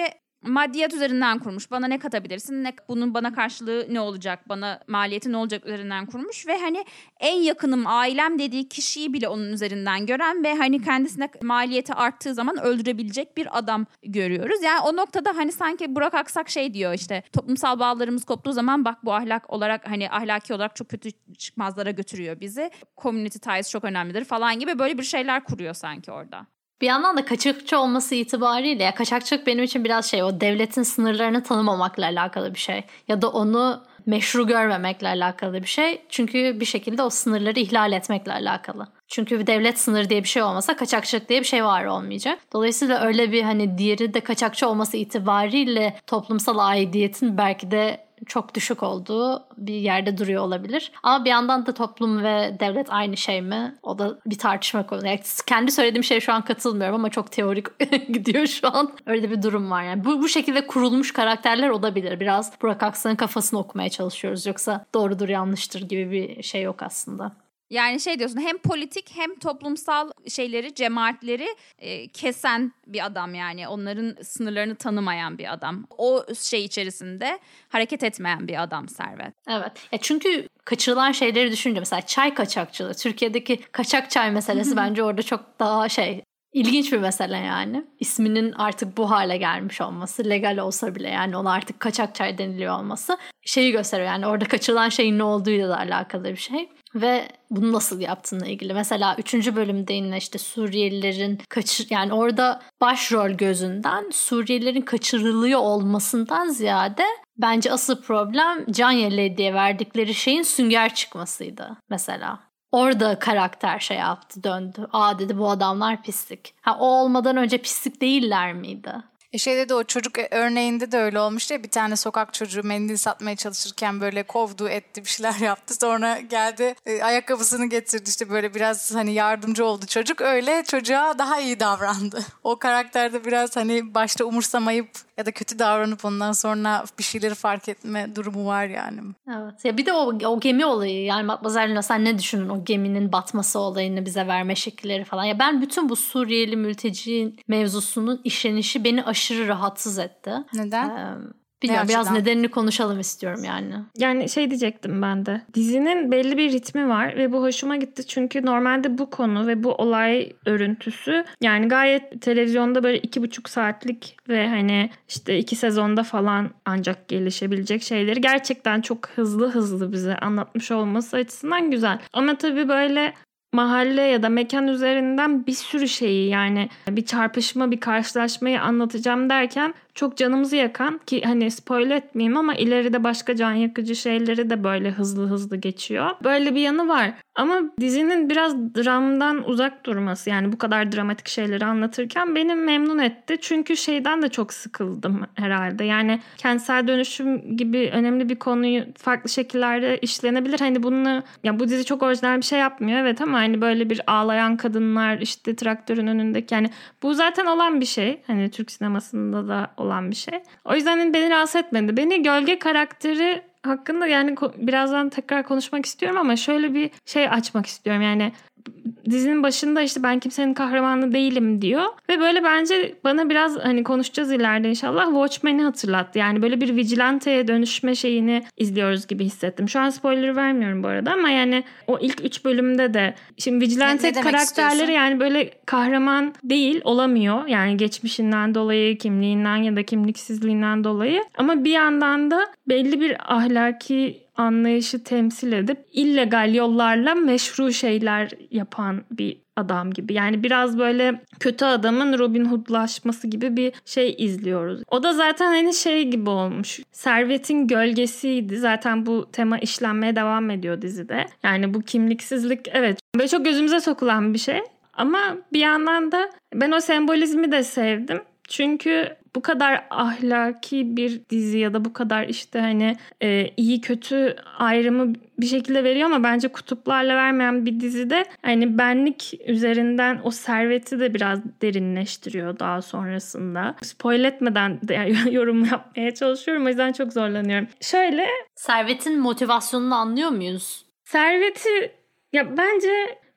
D: maddiyat üzerinden kurmuş. Bana ne katabilirsin? Ne, bunun bana karşılığı ne olacak? Bana maliyeti ne olacak üzerinden kurmuş ve hani en yakınım ailem dediği kişiyi bile onun üzerinden gören ve hani kendisine maliyeti arttığı zaman öldürebilecek bir adam görüyoruz. Yani o noktada hani sanki Burak Aksak şey diyor işte toplumsal bağlarımız koptuğu zaman bak bu ahlak olarak hani ahlaki olarak çok kötü çıkmazlara götürüyor bizi. Community ties çok önemlidir falan gibi böyle bir şeyler kuruyor sanki orada.
B: Bir yandan da kaçakçı olması itibariyle ya kaçakçılık benim için biraz şey o devletin sınırlarını tanımamakla alakalı bir şey. Ya da onu meşru görmemekle alakalı bir şey. Çünkü bir şekilde o sınırları ihlal etmekle alakalı. Çünkü bir devlet sınırı diye bir şey olmasa kaçakçılık diye bir şey var olmayacak. Dolayısıyla öyle bir hani diğeri de kaçakçı olması itibariyle toplumsal aidiyetin belki de çok düşük olduğu bir yerde duruyor olabilir. Ama bir yandan da toplum ve devlet aynı şey mi? O da bir tartışma konu. Yani kendi söylediğim şeye şu an katılmıyorum ama çok teorik gidiyor şu an. Öyle bir durum var yani. Bu, bu şekilde kurulmuş karakterler olabilir. Biraz Burak Aksak'ın kafasını okumaya çalışıyoruz. Yoksa doğrudur yanlıştır gibi bir şey yok aslında.
D: Yani şey diyorsun hem politik hem toplumsal şeyleri, cemaatleri e, kesen bir adam yani. Onların sınırlarını tanımayan bir adam. O şey içerisinde hareket etmeyen bir adam Servet.
B: Evet. Ya çünkü kaçırılan şeyleri düşününce mesela çay kaçakçılığı. Türkiye'deki kaçak çay meselesi bence orada çok daha şey... İlginç bir mesele yani. İsminin artık bu hale gelmiş olması, legal olsa bile yani ona artık kaçak çay deniliyor olması şeyi gösteriyor. Yani orada kaçırılan şeyin ne olduğuyla da alakalı bir şey. Ve bunu nasıl yaptığına ilgili. Mesela üçüncü bölümde yine işte Suriyelilerin kaçır yani orada başrol gözünden Suriyelilerin kaçırılıyor olmasından ziyade bence asıl problem can yeleği diye verdikleri şeyin sünger çıkmasıydı mesela. Orada karakter şey yaptı, döndü. Aa dedi bu adamlar pislik. Ha o olmadan önce pislik değiller miydi?
C: E şeyde de o çocuk örneğinde de öyle olmuştu ya, bir tane sokak çocuğu mendil satmaya çalışırken böyle kovdu etti bir şeyler yaptı. Sonra geldi e, ayakkabısını getirdi işte böyle biraz hani yardımcı oldu çocuk. Öyle çocuğa daha iyi davrandı. O karakterde biraz hani başta umursamayıp ya da kötü davranıp ondan sonra bir şeyleri fark etme durumu var yani.
B: Evet. Ya bir de o, o gemi olayı yani Matmazel sen ne düşünün o geminin batması olayını bize verme şekilleri falan. Ya ben bütün bu Suriyeli mülteci mevzusunun işlenişi beni aşırı rahatsız etti.
C: Neden?
B: Ee, bilmiyorum, biraz nedenini konuşalım istiyorum yani.
A: Yani şey diyecektim ben de. Dizinin belli bir ritmi var ve bu hoşuma gitti. Çünkü normalde bu konu ve bu olay örüntüsü yani gayet televizyonda böyle iki buçuk saatlik ve hani işte iki sezonda falan ancak gelişebilecek şeyleri gerçekten çok hızlı hızlı bize anlatmış olması açısından güzel. Ama tabii böyle mahalle ya da mekan üzerinden bir sürü şeyi yani bir çarpışma, bir karşılaşmayı anlatacağım derken çok canımızı yakan ki hani spoil etmeyeyim ama ileride başka can yakıcı şeyleri de böyle hızlı hızlı geçiyor. Böyle bir yanı var. Ama dizinin biraz dramdan uzak durması yani bu kadar dramatik şeyleri anlatırken beni memnun etti. Çünkü şeyden de çok sıkıldım herhalde. Yani kentsel dönüşüm gibi önemli bir konuyu farklı şekillerde işlenebilir. Hani bunu ya bu dizi çok orijinal bir şey yapmıyor evet ama hani böyle bir ağlayan kadınlar işte traktörün önündeki yani bu zaten olan bir şey. Hani Türk sinemasında da olan bir şey. O yüzden beni rahatsız etmedi. Beni gölge karakteri hakkında yani birazdan tekrar konuşmak istiyorum ama şöyle bir şey açmak istiyorum. Yani dizinin başında işte ben kimsenin kahramanı değilim diyor. Ve böyle bence bana biraz hani konuşacağız ileride inşallah Watchmen'i hatırlattı. Yani böyle bir vigilanteye dönüşme şeyini izliyoruz gibi hissettim. Şu an spoiler vermiyorum bu arada ama yani o ilk üç bölümde de şimdi vigilante ne, ne karakterleri yani böyle kahraman değil olamıyor. Yani geçmişinden dolayı, kimliğinden ya da kimliksizliğinden dolayı. Ama bir yandan da belli bir ahlaki anlayışı temsil edip illegal yollarla meşru şeyler yapan bir adam gibi. Yani biraz böyle kötü adamın Robin Hood'laşması gibi bir şey izliyoruz. O da zaten hani şey gibi olmuş. Servetin gölgesiydi. Zaten bu tema işlenmeye devam ediyor dizide. Yani bu kimliksizlik evet böyle çok gözümüze sokulan bir şey. Ama bir yandan da ben o sembolizmi de sevdim. Çünkü bu kadar ahlaki bir dizi ya da bu kadar işte hani e, iyi kötü ayrımı bir şekilde veriyor ama bence kutuplarla vermeyen bir dizide hani benlik üzerinden o serveti de biraz derinleştiriyor daha sonrasında. Spoil etmeden de yorum yapmaya çalışıyorum o yüzden çok zorlanıyorum. Şöyle.
B: Servetin motivasyonunu anlıyor muyuz?
A: Serveti ya bence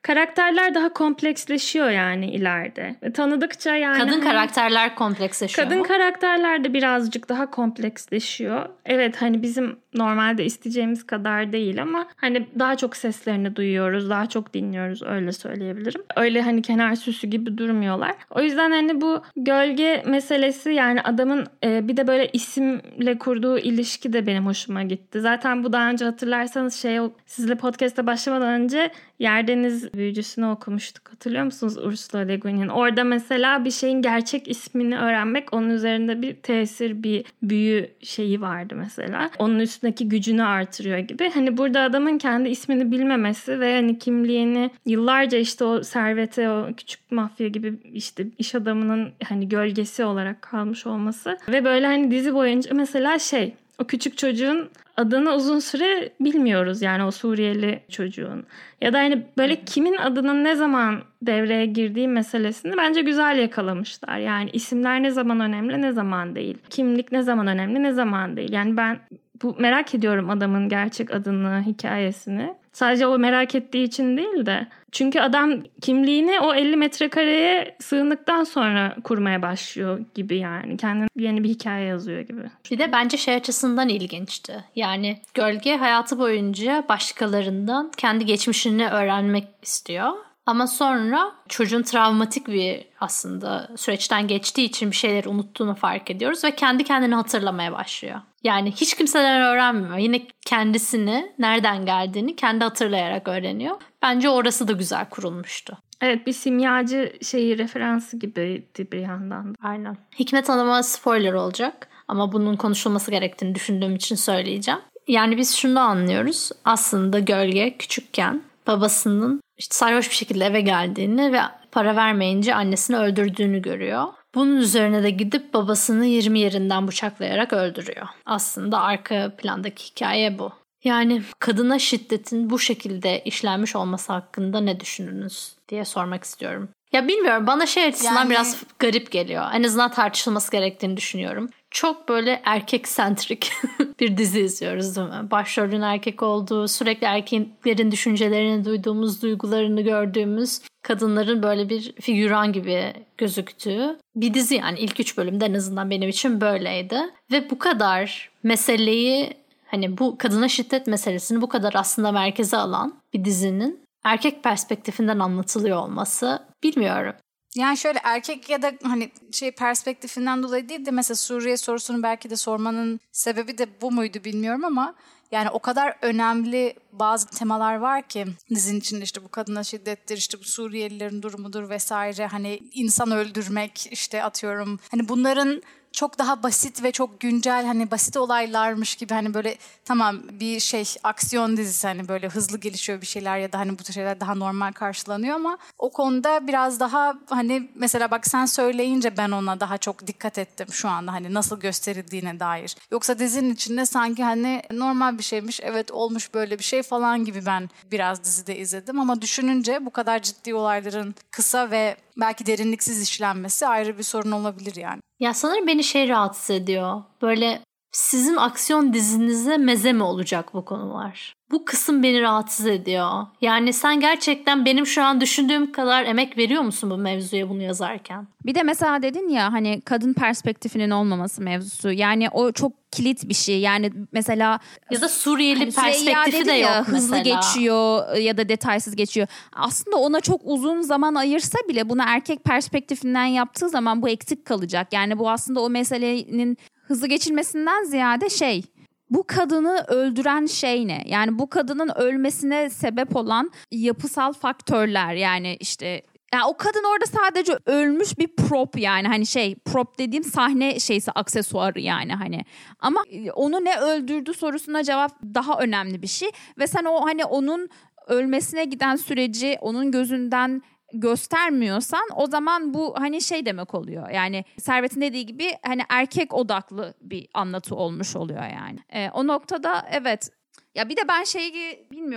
A: karakterler daha kompleksleşiyor yani ileride. Ve tanıdıkça yani...
B: Kadın karakterler kompleksleşiyor
A: Kadın
B: mu?
A: karakterler de birazcık daha kompleksleşiyor. Evet hani bizim normalde isteyeceğimiz kadar değil ama hani daha çok seslerini duyuyoruz, daha çok dinliyoruz, öyle söyleyebilirim. Öyle hani kenar süsü gibi durmuyorlar. O yüzden hani bu gölge meselesi, yani adamın e, bir de böyle isimle kurduğu ilişki de benim hoşuma gitti. Zaten bu daha önce hatırlarsanız şey, sizle podcast'a başlamadan önce Yerdeniz Büyücüsü'nü okumuştuk. Hatırlıyor musunuz Ursula Le Guin'in? Orada mesela bir şeyin gerçek ismini öğrenmek, onun üzerinde bir tesir, bir büyü şeyi vardı mesela. Onun üstündeki gücünü artırıyor gibi. Hani burada adamın kendi ismini bilmemesi ve hani kimliğini yıllarca işte o servete, o küçük mafya gibi işte iş adamının hani gölgesi olarak kalmış olması ve böyle hani dizi boyunca mesela şey, o küçük çocuğun adını uzun süre bilmiyoruz, yani o Suriyeli çocuğun. Ya da hani böyle kimin adının ne zaman devreye girdiği meselesini bence güzel yakalamışlar. Yani isimler ne zaman önemli, ne zaman değil. Kimlik ne zaman önemli, ne zaman değil. Yani ben bu merak ediyorum adamın gerçek adını, hikayesini. Sadece o merak ettiği için değil de. Çünkü adam kimliğini o elli metrekareye sığındıktan sonra kurmaya başlıyor gibi yani. Kendine yeni bir hikaye yazıyor gibi.
B: Bir de bence şey açısından ilginçti. Yani gölge hayatı boyunca başkalarından kendi geçmişini öğrenmek istiyor. Ama sonra çocuğun travmatik bir aslında süreçten geçtiği için bir şeyleri unuttuğunu fark ediyoruz ve kendi kendini hatırlamaya başlıyor. Yani hiç kimseden öğrenmiyor. Yine kendisini, nereden geldiğini kendi hatırlayarak öğreniyor. Bence orası da güzel kurulmuştu.
A: Evet, bir simyacı şeyi referansı gibiydi bir yandan.
B: Aynen. Hikmet Hanım'a spoiler olacak ama bunun konuşulması gerektiğini düşündüğüm için söyleyeceğim. Yani biz şunu anlıyoruz. Aslında gölge küçükken babasının işte sarhoş bir şekilde eve geldiğini ve para vermeyince annesini öldürdüğünü görüyor. Bunun üzerine de gidip babasını yirmi yerinden bıçaklayarak öldürüyor. Aslında arka plandaki hikaye bu. Yani kadına şiddetin bu şekilde işlenmiş olması hakkında ne düşündünüz diye sormak istiyorum. Ya bilmiyorum, bana şey açısından yani... biraz garip geliyor. En azından tartışılması gerektiğini düşünüyorum. Çok böyle erkek sentrik bir dizi izliyoruz değil mi? Başrolün erkek olduğu, sürekli erkeklerin düşüncelerini duyduğumuz, duygularını gördüğümüz, kadınların böyle bir figüran gibi gözüktüğü bir dizi. Yani ilk üç bölümde en azından benim için böyleydi. Ve bu kadar meseleyi, hani bu kadına şiddet meselesini bu kadar aslında merkeze alan bir dizinin erkek perspektifinden anlatılıyor olması, bilmiyorum.
C: Yani şöyle, erkek ya da hani şey perspektifinden dolayı değil de mesela Suriye sorusunu belki de sormanın sebebi de bu muydu bilmiyorum ama yani o kadar önemli bazı temalar var ki dizinin içinde, işte bu kadına şiddettir, işte bu Suriyelilerin durumudur vesaire, hani insan öldürmek, işte atıyorum hani bunların çok daha basit ve çok güncel, hani basit olaylarmış gibi, hani böyle tamam bir şey aksiyon dizisi, hani böyle hızlı gelişiyor bir şeyler ya da hani bu şeyler daha normal karşılanıyor ama o konuda biraz daha hani mesela bak sen söyleyince ben ona daha çok dikkat ettim şu anda, hani nasıl gösterildiğine dair. Yoksa dizinin içinde sanki hani normal bir şeymiş, evet olmuş böyle bir şey falan gibi ben biraz dizide izledim ama düşününce bu kadar ciddi olayların kısa ve belki derinliksiz işlenmesi ayrı bir sorun olabilir yani.
B: Ya sanırım beni şey rahatsız ediyor. Böyle sizin aksiyon dizinize meze mi olacak bu konular? Bu kısım beni rahatsız ediyor. Yani sen gerçekten benim şu an düşündüğüm kadar emek veriyor musun bu mevzuya bunu yazarken?
D: Bir de mesela dedin ya hani kadın perspektifinin olmaması mevzusu. Yani o çok kilit bir şey. Yani mesela
B: ya da Suriyeli
D: hani
B: perspektifi de yok
D: ya,
B: mesela.
D: Hızlı geçiyor ya da detaysız geçiyor. Aslında ona çok uzun zaman ayırsa bile bunu erkek perspektifinden yaptığı zaman bu eksik kalacak. Yani bu aslında o meselenin hızlı geçilmesinden ziyade şey, bu kadını öldüren şey ne? Yani bu kadının ölmesine sebep olan yapısal faktörler, yani işte yani o kadın orada sadece ölmüş bir prop, yani hani şey, prop dediğim sahne şeysi, aksesuarı yani hani. Ama onu ne öldürdü sorusuna cevap daha önemli bir şey ve sen o hani onun ölmesine giden süreci onun gözünden göstermiyorsan o zaman bu hani şey demek oluyor. Yani Servet'in dediği gibi hani erkek odaklı bir anlatı olmuş oluyor yani. E, o noktada evet. Ya bir de ben şeyi bilmiyorum.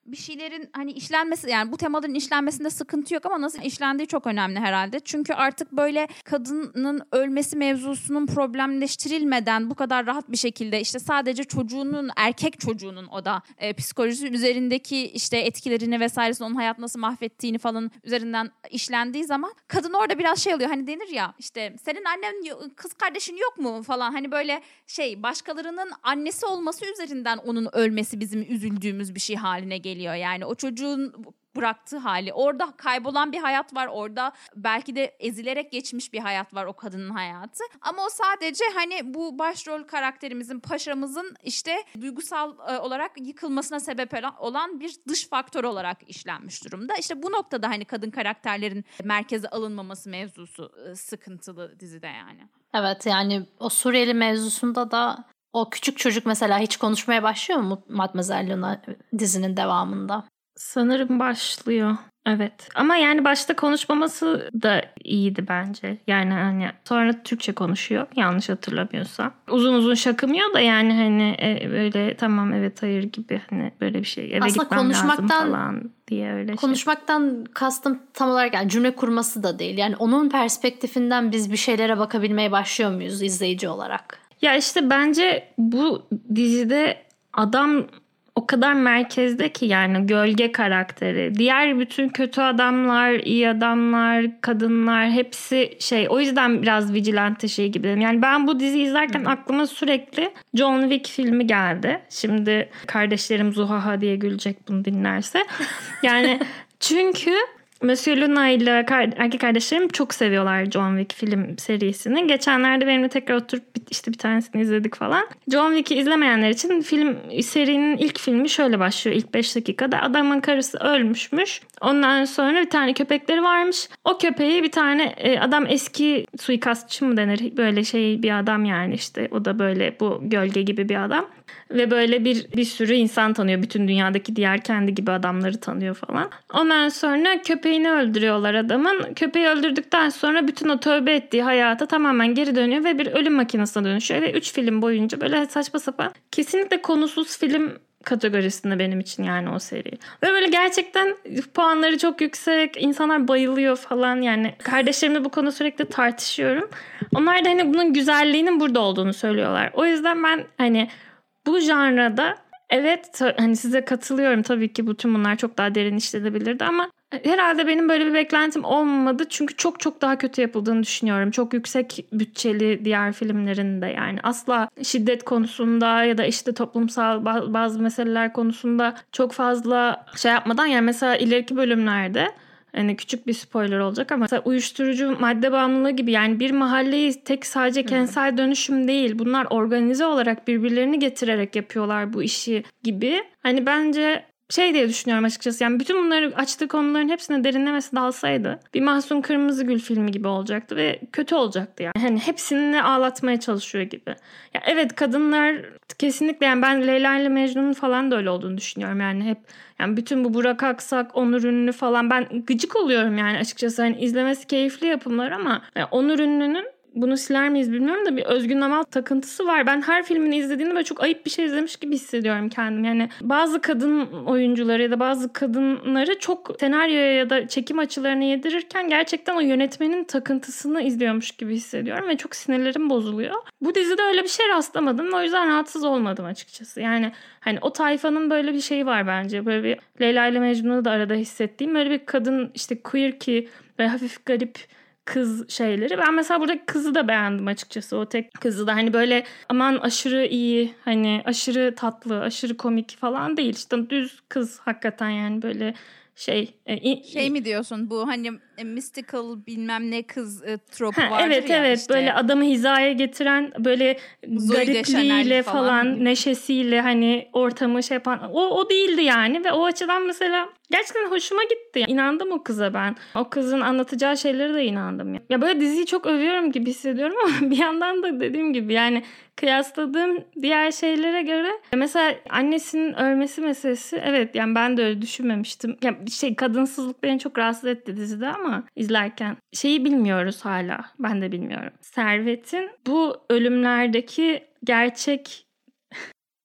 D: bir şeylerin hani işlenmesi, yani bu temaların işlenmesinde sıkıntı yok ama nasıl işlendiği çok önemli herhalde. Çünkü artık böyle kadının ölmesi mevzusunun problemleştirilmeden bu kadar rahat bir şekilde işte sadece çocuğunun, erkek çocuğunun o da e, psikolojisi üzerindeki işte etkilerini vesairesini, onun hayat nasıl mahvettiğini falan üzerinden işlendiği zaman kadın orada biraz şey oluyor. Hani denir ya işte senin annen, kız kardeşin yok mu falan, hani böyle şey, başkalarının annesi olması üzerinden onun ölmesi bizim üzüldüğümüz bir şey haline geliyor. Yani o çocuğun bıraktığı hali, orada kaybolan bir hayat var, orada belki de ezilerek geçmiş bir hayat var, o kadının hayatı. Ama o sadece hani bu başrol karakterimizin, paşamızın işte duygusal e, olarak yıkılmasına sebep olan bir dış faktör olarak işlenmiş durumda. İşte bu noktada hani kadın karakterlerin merkeze alınmaması mevzusu e, sıkıntılı dizide yani.
B: Evet, yani o Suriyeli mevzusunda da o küçük çocuk mesela hiç konuşmaya başlıyor mu Mademoiselle Luna dizinin devamında?
A: Sanırım başlıyor. Evet. Ama yani başta konuşmaması da iyiydi bence. Yani hani sonra Türkçe konuşuyor yanlış hatırlamıyorsam. Uzun uzun şakımıyor da yani hani e, böyle tamam evet hayır gibi hani böyle bir şey. Eve
B: aslında
A: gitmem lazım falan diye öyle
B: konuşmaktan şey. Kastım tam olarak yani cümle kurması da değil. Yani onun perspektifinden biz bir şeylere bakabilmeye başlıyor muyuz izleyici olarak?
A: Ya işte bence bu dizide adam o kadar merkezde ki, yani gölge karakteri. Diğer bütün kötü adamlar, iyi adamlar, kadınlar hepsi şey. O yüzden biraz vigilante şey gibi dedim. Yani ben bu diziyi izlerken Hı. aklıma sürekli John Wick filmi geldi. Şimdi kardeşlerim Zuhaha diye gülecek bunu dinlerse. Yani çünkü Monsieur Luna ile erkek kardeşlerim çok seviyorlar John Wick film serisini. Geçenlerde benimle tekrar oturup işte bir tanesini izledik falan. John Wick'i izlemeyenler için film serinin ilk filmi şöyle başlıyor. İlk beş dakikada adamın karısı ölmüşmüş. Ondan sonra bir tane köpekleri varmış. O köpeği bir tane adam, eski suikastçı mı denir? Böyle şey bir adam yani işte. O da böyle bu gölge gibi bir adam. Ve böyle bir bir sürü insan tanıyor. Bütün dünyadaki diğer kendi gibi adamları tanıyor falan. Ondan sonra köpeğini öldürüyorlar adamın. Köpeği öldürdükten sonra bütün o tövbe ettiği hayata tamamen geri dönüyor ve bir ölüm makinesine dönüşüyor. Ve üç film boyunca böyle saçma sapan, kesinlikle konusuz film kategorisinde benim için yani o seri. Ve böyle gerçekten puanları çok yüksek. İnsanlar bayılıyor falan yani. Kardeşlerimle bu konuda sürekli tartışıyorum. Onlar da hani bunun güzelliğinin burada olduğunu söylüyorlar. O yüzden ben hani bu janrada evet hani size katılıyorum, tabii ki bütün bunlar çok daha derin işlenebilirdi ama herhalde benim böyle bir beklentim olmadı. Çünkü çok çok daha kötü yapıldığını düşünüyorum. Çok yüksek bütçeli diğer filmlerinde yani. Asla şiddet konusunda ya da işte toplumsal bazı meseleler konusunda çok fazla şey yapmadan, yani mesela ileriki bölümlerde, hani küçük bir spoiler olacak ama mesela uyuşturucu madde bağımlılığı gibi, yani bir mahalleyi tek sadece kentsel dönüşüm değil, bunlar organize olarak birbirlerini getirerek yapıyorlar bu işi gibi. Hani bence şey diye düşünüyorum açıkçası, yani bütün bunları açtığı konuların hepsine derinlemesi dalsaydı bir Mahsun Kırmızıgül filmi gibi olacaktı ve kötü olacaktı yani. Hani hepsini ağlatmaya çalışıyor gibi. Ya evet, kadınlar kesinlikle, yani ben Leyla ile Mecnun'un falan da öyle olduğunu düşünüyorum yani. Hep yani bütün bu Burak Aksak, Onur Ünlü falan, ben gıcık oluyorum yani açıkçası. Hani izlemesi keyifli yapımlar ama yani Onur Ünlü'nün, bunu siler miyiz bilmiyorum da, bir Özgün Amal takıntısı var. Ben her filmini izlediğimde böyle çok ayıp bir şey izlemiş gibi hissediyorum kendim. Yani bazı kadın oyuncuları ya da bazı kadınları çok senaryoya ya da çekim açılarını yedirirken gerçekten o yönetmenin takıntısını izliyormuş gibi hissediyorum ve çok sinirlerim bozuluyor. Bu dizide öyle bir şey rastlamadım. O yüzden rahatsız olmadım açıkçası. Yani hani o tayfanın böyle bir şeyi var bence. Böyle bir Leyla ile Mecnun'u da arada hissettiğim böyle bir kadın, işte queer ki ve hafif garip kız şeyleri. Ben mesela buradaki kızı da beğendim açıkçası. O tek kızı da hani böyle aman aşırı iyi, hani aşırı tatlı, aşırı komik falan değil. İşte düz kız hakikaten, yani böyle şey. E,
D: şey mi diyorsun, bu hani mystical bilmem ne kız e, tropu vardır
A: evet,
D: ya.
A: Evet
D: işte.
A: böyle adamı hizaya getiren, böyle
D: Zoe
A: garipliğiyle falan,
D: falan
A: neşesiyle hani ortamı şey yapan, o, o değildi yani. Ve o açıdan mesela gerçekten hoşuma gitti. İnandım o kıza ben. O kızın anlatacağı şeylere de inandım. Ya, ya böyle diziyi çok övüyorum gibi hissediyorum ama bir yandan da dediğim gibi yani kıyasladığım diğer şeylere göre mesela annesinin ölmesi meselesi, evet yani ben de öyle düşünmemiştim. Ya şey, kadınsızlık beni çok rahatsız etti dizide ama izlerken şeyi bilmiyoruz hala. Ben de bilmiyorum. Servet'in bu ölümlerdeki gerçek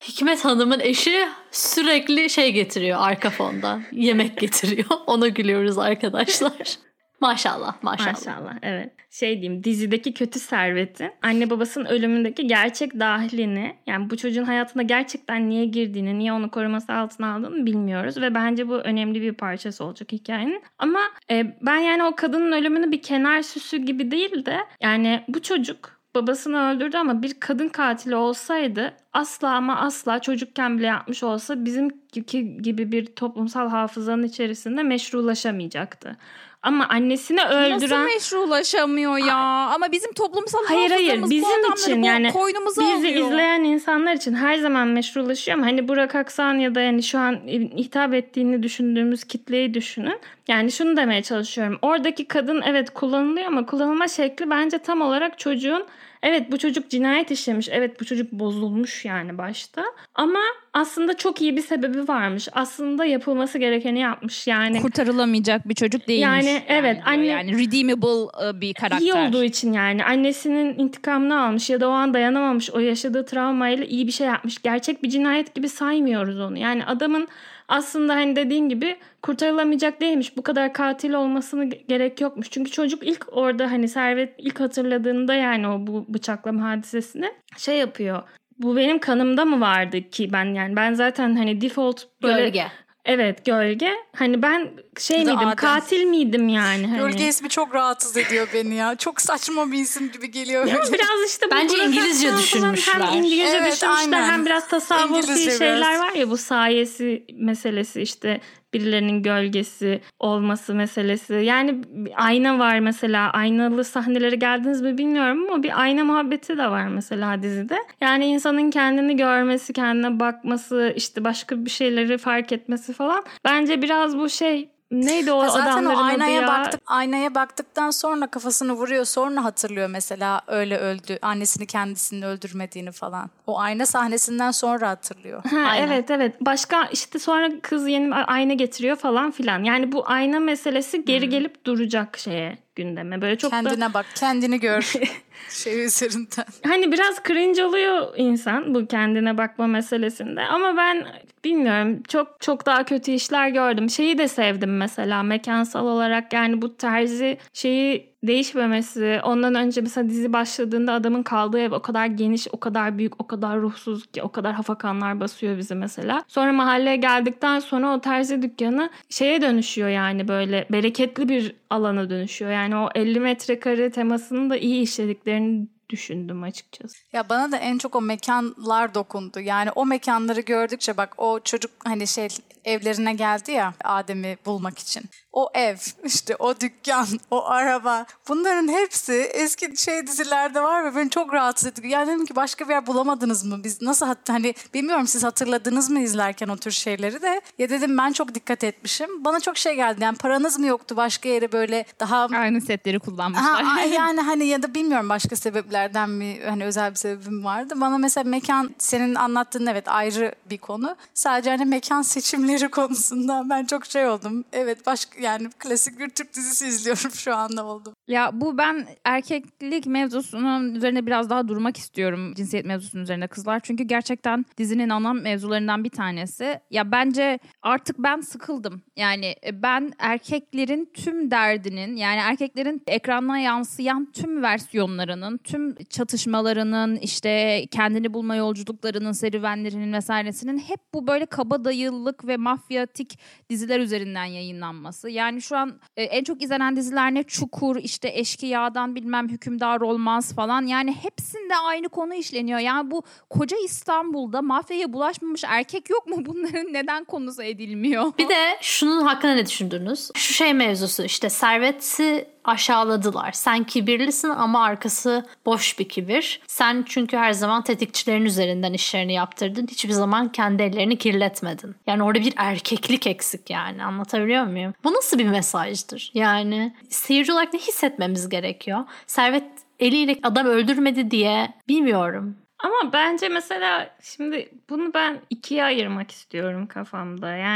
B: Hikmet Hanım'ın eşi sürekli şey getiriyor arka fondan. Yemek getiriyor. Ona gülüyoruz arkadaşlar. Maşallah, maşallah.
A: Maşallah, evet. Şey diyeyim, dizideki kötü Servet'in anne babasının ölümündeki gerçek dahilini, yani bu çocuğun hayatına gerçekten niye girdiğini, niye onu koruması altına aldığını bilmiyoruz ve bence bu önemli bir parçası olacak hikayenin. Ama e, ben yani o kadının ölümünü bir kenar süsü gibi değil de, yani bu çocuk babasını öldürdü ama bir kadın katili olsaydı asla ama asla çocukken bile yapmış olsa bizimki gibi bir toplumsal hafızanın içerisinde meşrulaşamayacaktı. Ama annesini öldüren...
D: Nasıl meşrulaşamıyor ya? Ama bizim toplumsal
A: hayır,
D: hafızamız
A: hayır, bizim
D: bu
A: için yani
D: koynumuza
A: bizi
D: alıyor.
A: izleyen insanlar için her zaman meşrulaşıyor ama hani Burak Aksan ya da yani şu an hitap ettiğini düşündüğümüz kitleyi düşünün. Yani şunu demeye çalışıyorum. Oradaki kadın evet kullanılıyor ama kullanılma şekli bence tam olarak çocuğun, evet bu çocuk cinayet işlemiş, evet bu çocuk bozulmuş yani başta ama aslında çok iyi bir sebebi varmış. Aslında yapılması gerekeni yapmış yani.
D: Kurtarılamayacak bir çocuk değilmiş.
A: Yani, yani evet. Anne,
D: yani redeemable bir karakter.
A: İyi olduğu için yani annesinin intikamını almış ya da o an dayanamamış, o yaşadığı travmayla iyi bir şey yapmış. Gerçek bir cinayet gibi saymıyoruz onu. Yani adamın aslında hani dediğin gibi kurtarılamayacak değilmiş. Bu kadar katil olmasını gerek yokmuş. Çünkü çocuk ilk orada hani Servet ilk hatırladığında yani o bu bıçaklama hadisesini şey yapıyor. Bu benim kanımda mı vardı ki ben yani ben zaten hani default böyle...
B: Gölge.
A: Evet, gölge. Hani ben şey
C: Bir de
A: miydim?
C: Adem.
A: Katil miydim yani? Hani.
C: Gölge ismi çok rahatsız ediyor beni ya. Çok saçma bir isim gibi geliyor.
A: Ya biraz işte bu
B: bence
A: Burak
B: İngilizce
A: Aksan
B: düşünmüşler.
A: Hem İngilizce
C: Evet,
A: düşünmüşler
C: aynen.
A: hem biraz tasavvufi
C: İngilizce
A: şeyler
C: biraz.
A: var ya, bu sayesi meselesi, işte birilerinin gölgesi olması meselesi. Yani ayna var mesela. Aynalı sahnelere geldiniz mi bilmiyorum ama bir ayna muhabbeti de var mesela dizide. Yani insanın kendini görmesi, kendine bakması, işte başka bir şeyleri fark etmesi falan. Bence biraz bu şey... Neydi o
C: Zaten
A: adamların
C: o aynaya
A: adı ya?
C: baktık, aynaya baktıktan sonra kafasını vuruyor, sonra hatırlıyor mesela öyle öldü. Annesini kendisini öldürmediğini falan. O ayna sahnesinden sonra hatırlıyor.
A: Ha,
B: Aynen.
A: evet evet. Başka işte sonra kız yeni bir ayna getiriyor falan filan. Yani bu ayna meselesi geri gelip duracak şeye, gündeme. Böyle çok
C: Kendine
A: da
C: bak, kendini gör. Şey üzerinden.
A: hani biraz cringe oluyor insan bu kendine bakma meselesinde ama ben bilmiyorum, çok çok daha kötü işler gördüm. Şeyi de sevdim mesela mekansal olarak, yani bu terzi şeyi değişmemesi. Ondan önce mesela dizi başladığında adamın kaldığı ev o kadar geniş, o kadar büyük, o kadar ruhsuz ki o kadar hafakanlar basıyor bizi mesela. Sonra mahalleye geldikten sonra o terzi dükkanı şeye dönüşüyor, yani böyle bereketli bir alana dönüşüyor. Yani o elli metrekare temasını da iyi işlediklerini düşündüm açıkçası.
C: Ya bana da en çok o mekanlar dokundu. Yani o mekanları gördükçe bak, o çocuk hani şey evlerine geldi ya Adem'i bulmak için. O ev, işte o dükkan, o araba, bunların hepsi eski şey dizilerde var ve beni çok rahatsız etti. Yani dedim ki başka bir yer bulamadınız mı? Biz nasıl hat- hani bilmiyorum siz hatırladınız mı izlerken o tür şeyleri de. Ya dedim ben çok dikkat etmişim. Bana çok şey geldi. Yani paranız mı yoktu başka yere böyle daha...
D: Aynı setleri kullanmışlar.
C: Ha, yani hani ya da bilmiyorum başka sebeplerden mi, hani özel bir sebebim vardı. Bana mesela mekan, senin anlattığın evet ayrı bir konu. Sadece hani mekan seçimleri konusunda ben çok şey oldum. Evet, başka yani klasik bir Türk dizisi izliyorum şu anda oldum.
D: Ya bu ben erkeklik mevzusunun üzerine biraz daha durmak istiyorum. Cinsiyet mevzusunun üzerine kızlar. Çünkü gerçekten dizinin ana mevzularından bir tanesi. Ya bence artık ben sıkıldım. Yani ben erkeklerin tüm derdinin, yani erkeklerin ekrana yansıyan tüm versiyonlarının, tüm çatışmalarının, işte kendini bulma yolculuklarının, serüvenlerinin vesairesinin hep bu böyle kabadayılık ve mafyatik diziler üzerinden yayınlanması. Yani şu an en çok izlenen diziler ne? Çukur, işte Eşkıya'dan bilmem Hükümdar Olmaz falan. Yani hepsinde aynı konu işleniyor. Yani bu koca İstanbul'da mafyaya bulaşmamış erkek yok mu? Bunların neden konusu edilmiyor?
B: Bir de şunun hakkında ne düşündünüz? Şu şey mevzusu, işte Servet'i aşağıladılar. Sen kibirlisin ama arkası boş bir kibir. Sen çünkü her zaman tetikçilerin üzerinden işlerini yaptırdın. Hiçbir zaman kendi ellerini kirletmedin. Yani orada bir erkeklik eksik yani. Anlatabiliyor muyum? Bu nasıl bir mesajdır? Yani seyirci olarak ne hissetmemiz gerekiyor? Servet eliyle adam öldürmedi diye bilmiyorum.
A: Ama bence mesela şimdi bunu ben ikiye ayırmak istiyorum kafamda. Yani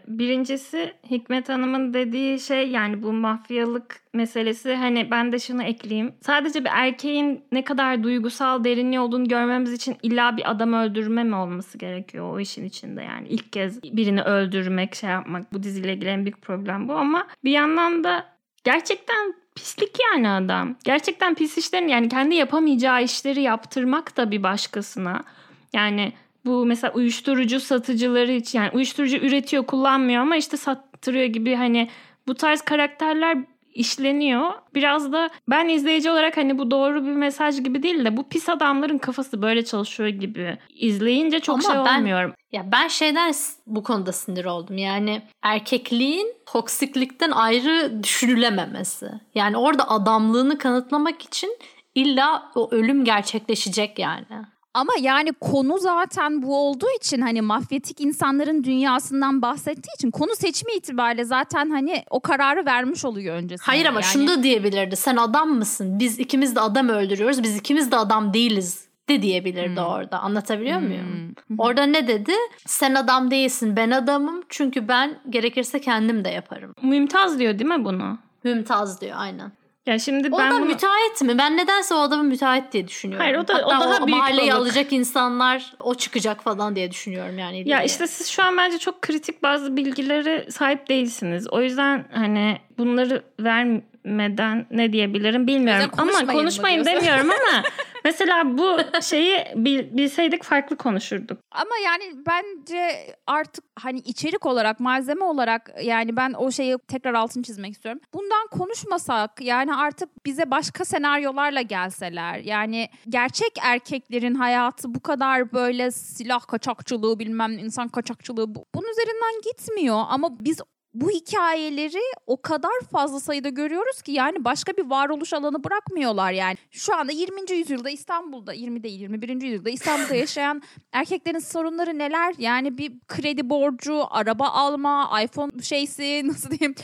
A: Birincisi Hikmet Hanım'ın dediği şey, yani bu mafyalık meselesi, hani ben de şunu ekleyeyim. Sadece bir erkeğin ne kadar duygusal derinliği olduğunu görmemiz için illa bir adam öldürme mi olması gerekiyor o işin içinde, yani ilk kez birini öldürmek, şey yapmak, bu diziyle ilgili en büyük problem bu. Ama bir yandan da gerçekten pislik yani adam. Gerçekten pis işlerin, yani kendi yapamayacağı işleri yaptırmak da bir başkasına. Yani bu mesela uyuşturucu satıcıları için, yani uyuşturucu üretiyor, kullanmıyor ama işte sattırıyor gibi, hani bu tarz karakterler işleniyor. Biraz da ben izleyici olarak hani bu doğru bir mesaj gibi değil de bu pis adamların kafası böyle çalışıyor gibi izleyince çok
B: ama
A: şey
B: ben,
A: olmuyorum.
B: Ya ben şeyden bu konuda sinir oldum. Yani erkekliğin toksiklikten ayrı düşünülememesi. Yani orada adamlığını kanıtlamak için illa o ölüm gerçekleşecek yani.
D: Ama yani konu zaten bu olduğu için, hani mafyatik insanların dünyasından bahsettiği için konu seçimi itibariyle zaten hani o kararı vermiş oluyor öncesinde.
B: Hayır ama
D: yani...
B: şunu da diyebilirdi. Sen adam mısın? Biz ikimiz de adam öldürüyoruz. Biz ikimiz de adam değiliz de diyebilirdi hmm. orada. Anlatabiliyor hmm. muyum? Orada ne dedi? Sen adam değilsin, ben adamım. Çünkü ben gerekirse kendim de yaparım.
A: Mümtaz diyor değil mi bunu?
B: Mümtaz diyor aynen.
A: Ya şimdi
B: o
A: ben
B: da
A: bunu...
B: müteahhit mi? Ben nedense o adamı müteahhit diye düşünüyorum.
A: Hayır, o da,
B: Hatta
A: o daha
B: o
A: büyük
B: mahalleyi
A: balık.
B: alacak insanlar o çıkacak falan diye düşünüyorum yani.
A: Ya
B: diye.
A: işte siz şu an bence çok kritik bazı bilgilere sahip değilsiniz. O yüzden hani bunları vermeden ne diyebilirim bilmiyorum. Ama konuşmayın demiyorum ama mesela bu şeyi bilseydik farklı konuşurduk.
D: Ama yani bence artık hani içerik olarak, malzeme olarak, yani ben o şeyi tekrar altını çizmek istiyorum. Bundan konuşmasak, yani artık bize başka senaryolarla gelseler, yani gerçek erkeklerin hayatı bu kadar böyle silah kaçakçılığı, bilmem insan kaçakçılığı, bu, bunun üzerinden gitmiyor ama biz bu hikayeleri o kadar fazla sayıda görüyoruz ki yani başka bir varoluş alanı bırakmıyorlar yani. Şu anda yirminci yüzyılda İstanbul'da, yirmi değil yirmi birinci yüzyılda İstanbul'da yaşayan erkeklerin sorunları neler? Yani bir kredi borcu, araba alma, iPhone şeysi, nasıl diyeyim,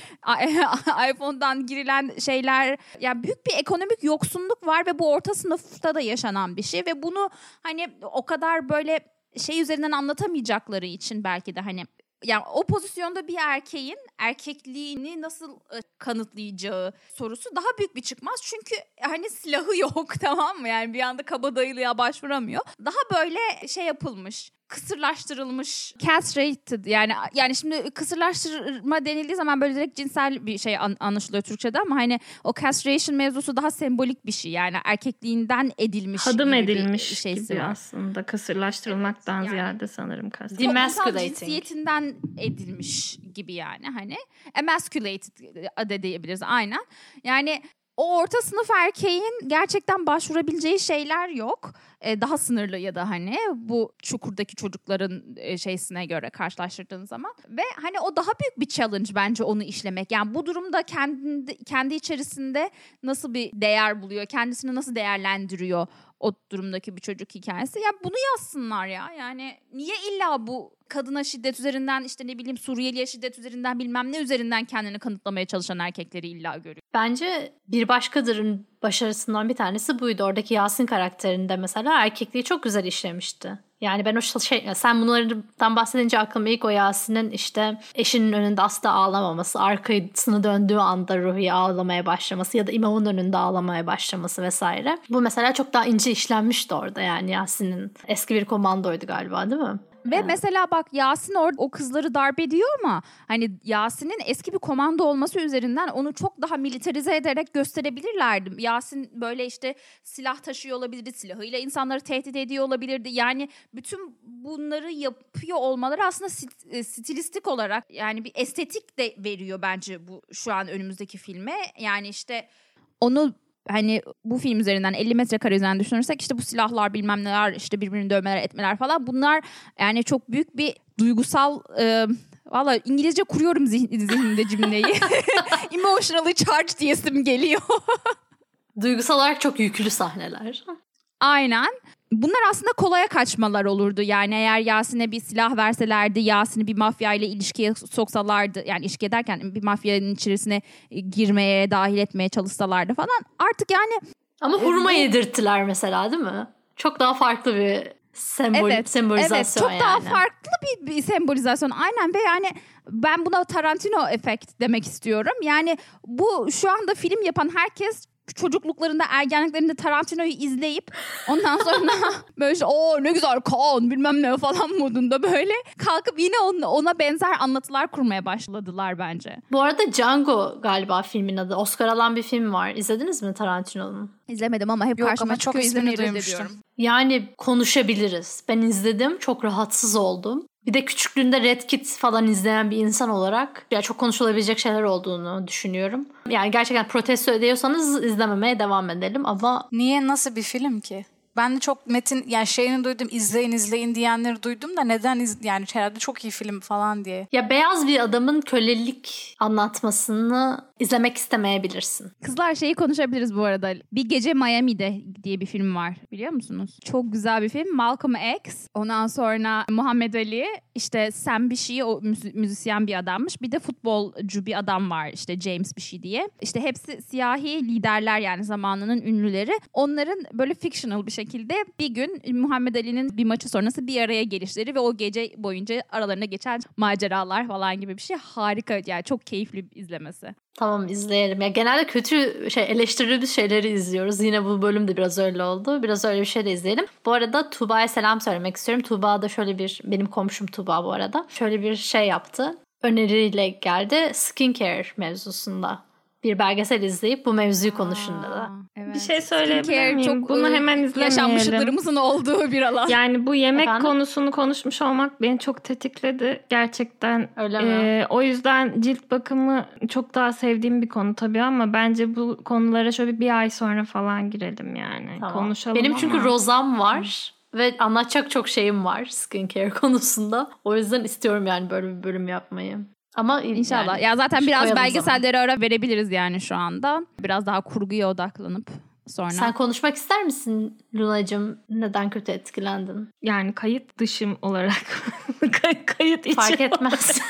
D: iPhone'dan girilen şeyler. Yani büyük bir ekonomik yoksunluk var ve bu orta sınıfta da yaşanan bir şey ve bunu hani o kadar böyle şey üzerinden anlatamayacakları için belki de hani, yani o pozisyonda bir erkeğin erkekliğini nasıl e, kanıtlayacağı sorusu daha büyük bir çıkmaz. Çünkü hani silahı yok, tamam mı? Yani bir anda kabadayılığa başvuramıyor. Daha böyle şey yapılmış, kısırlaştırılmış, castrated, yani yani şimdi kısırlaştırma denildiği zaman böyle direkt cinsel bir şey an, anlaşılıyor Türkçe'de ama hani o castration mevzusu daha sembolik bir şey. Yani erkekliğinden edilmiş
A: hadım
D: gibi
A: edilmiş
D: bir şeysi
A: gibi
D: var.
A: Aslında kısırlaştırılmaktan yani, ziyade sanırım kastım.
B: Demasculating.
D: Cinsiyetinden edilmiş gibi yani hani emasculated de diyebiliriz aynen. Yani o orta sınıf erkeğin gerçekten başvurabileceği şeyler yok. Ee, daha sınırlı ya da hani bu çukurdaki çocukların e, şeysine göre karşılaştırdığın zaman. Ve hani o daha büyük bir challenge bence onu işlemek. Yani bu durumda kendi, kendi içerisinde nasıl bir değer buluyor, kendisini nasıl değerlendiriyor o durumdaki bir çocuk hikayesi. Ya bunu yazsınlar ya. Yani niye illa bu kadına şiddet üzerinden, işte ne bileyim Suriyeliye şiddet üzerinden, bilmem ne üzerinden kendini kanıtlamaya çalışan erkekleri illa görüyor.
B: Bence Bir Başkadır'ın başarısından bir tanesi buydu. Oradaki Yasin karakterinde mesela erkekliği çok güzel işlemişti. Yani ben o şey, sen bunlardan bahsedince aklıma ilk o Yasin'in işte eşinin önünde asla ağlamaması, arkasını döndüğü anda Ruhiye ağlamaya başlaması ya da imamın önünde ağlamaya başlaması vesaire. Bu mesela çok daha ince işlenmişti orada, yani Yasin'in eski bir komandoydu galiba, değil mi?
D: Ve ha. Mesela bak Yasin orada o kızları darp ediyor ama hani Yasin'in eski bir komando olması üzerinden onu çok daha militarize ederek gösterebilirlerdi. Yasin böyle işte silah taşıyor olabilirdi, silahıyla insanları tehdit ediyor olabilirdi. Yani bütün bunları yapıyor olmaları aslında stilistik olarak yani bir estetik de veriyor bence bu şu an önümüzdeki filme. Yani işte onu hani bu film üzerinden elli metrekare üzerinden düşünürsek işte bu silahlar bilmem neler, işte birbirini dövmeler etmeler falan, bunlar yani çok büyük bir duygusal e, valla İngilizce kuruyorum zihn- zihnimde cümleyi. Emotionally charged diyesim geliyor.
B: Duygusal olarak çok yüklü sahneler.
D: Aynen. Bunlar aslında kolaya kaçmalar olurdu. Yani eğer Yasin'e bir silah verselerdi, Yasin'i bir mafya ile ilişkiye soksalardı, yani ilişki ederken bir mafyanın içerisine girmeye, dahil etmeye çalışsalardı falan. Artık yani...
B: Ama hurma e, yedirttiler mesela, değil mi? Çok daha farklı bir sembol,
D: evet,
B: sembolizasyon
D: evet, çok
B: yani.
D: daha farklı bir, bir sembolizasyon. Aynen ve yani ben buna Tarantino efekt demek istiyorum. Yani bu şu anda film yapan herkes çocukluklarında, ergenliklerinde Tarantino'yu izleyip ondan sonra böyle işte, o ne güzel kan bilmem ne falan modunda böyle kalkıp yine ona, ona benzer anlatılar kurmaya başladılar bence.
B: Bu arada Django galiba filmin adı. Oscar alan bir film var. İzlediniz mi Tarantino'nun?
D: İzlemedim ama hep
C: Yok,
D: karşıma
C: ama çok
D: çıkıyor,
C: ismini
D: izlemeyi
C: duymuştum.
D: reddediyorum.
B: Yani konuşabiliriz. Ben izledim. Çok rahatsız oldum. Bir de küçüklüğünde Red Kit falan izleyen bir insan olarak ya çok konuşulabilecek şeyler olduğunu düşünüyorum. Yani gerçekten protesto ediyorsanız izlememeye devam edelim ama...
C: Niye, nasıl bir film ki? Ben de çok Metin yani şeyini duydum, izleyin izleyin diyenleri duydum da neden iz, yani herhalde çok iyi film falan diye.
B: Ya beyaz bir adamın kölelik anlatmasını izlemek istemeyebilirsin.
D: Kızlar şeyi konuşabiliriz bu arada. Bir Gece Miami'de diye bir film var. Biliyor musunuz? Çok güzel bir film. Malcolm X. Ondan sonra Muhammed Ali. İşte Sam bir şey, o müzi- müzisyen bir adammış. Bir de futbolcu bir adam var. İşte James bir şey diye. İşte hepsi siyahi liderler, yani zamanının ünlüleri. Onların böyle fictional bir şekilde bir gün Muhammed Ali'nin bir maçı sonrası bir araya gelişleri ve o gece boyunca aralarında geçen maceralar falan gibi bir şey. Harika, yani çok keyifli izlemesi.
B: Tamam, izleyelim. Ya genelde kötü şey eleştirdiğimiz şeyleri izliyoruz. Yine bu bölüm de biraz öyle oldu. Biraz öyle bir şey de izleyelim. Bu arada Tuğba'ya selam söylemek istiyorum. Tuğba da şöyle bir, benim komşum Tuğba bu arada. Şöyle bir şey yaptı. Öneriyle geldi. Skincare mevzusunda. Bir belgesel izleyip bu mevzuyu konuşun dedi.
D: Evet.
A: Bir şey söyleyebilir
D: Skincare
A: miyim?
D: çok
A: Bunu hemen izlemeyelim.
D: yaşanmışlıklarımızın olduğu bir alan.
A: Yani bu yemek
B: Efendim?
A: konusunu konuşmuş olmak beni çok tetikledi. Gerçekten.
B: Öyle mi?
A: E, o yüzden cilt bakımı çok daha sevdiğim bir konu tabii ama bence bu konulara şöyle bir ay sonra falan girelim yani.
B: Tamam.
A: Konuşalım
B: Benim
A: ama.
B: çünkü rozam var. Ve anlatacak çok şeyim var skincare konusunda. O yüzden istiyorum yani böyle bir bölüm yapmayı. Ama
D: İnşallah.
B: yani,
D: ya zaten biraz
B: koyalım
D: belgesellere ara verebiliriz yani şu anda. Biraz daha kurguya odaklanıp sonra.
B: Sen konuşmak ister misin Lunacığım? Neden kötü etkilendin?
A: Yani kayıt dışım olarak kay- kayıt içi
B: Fark etmez.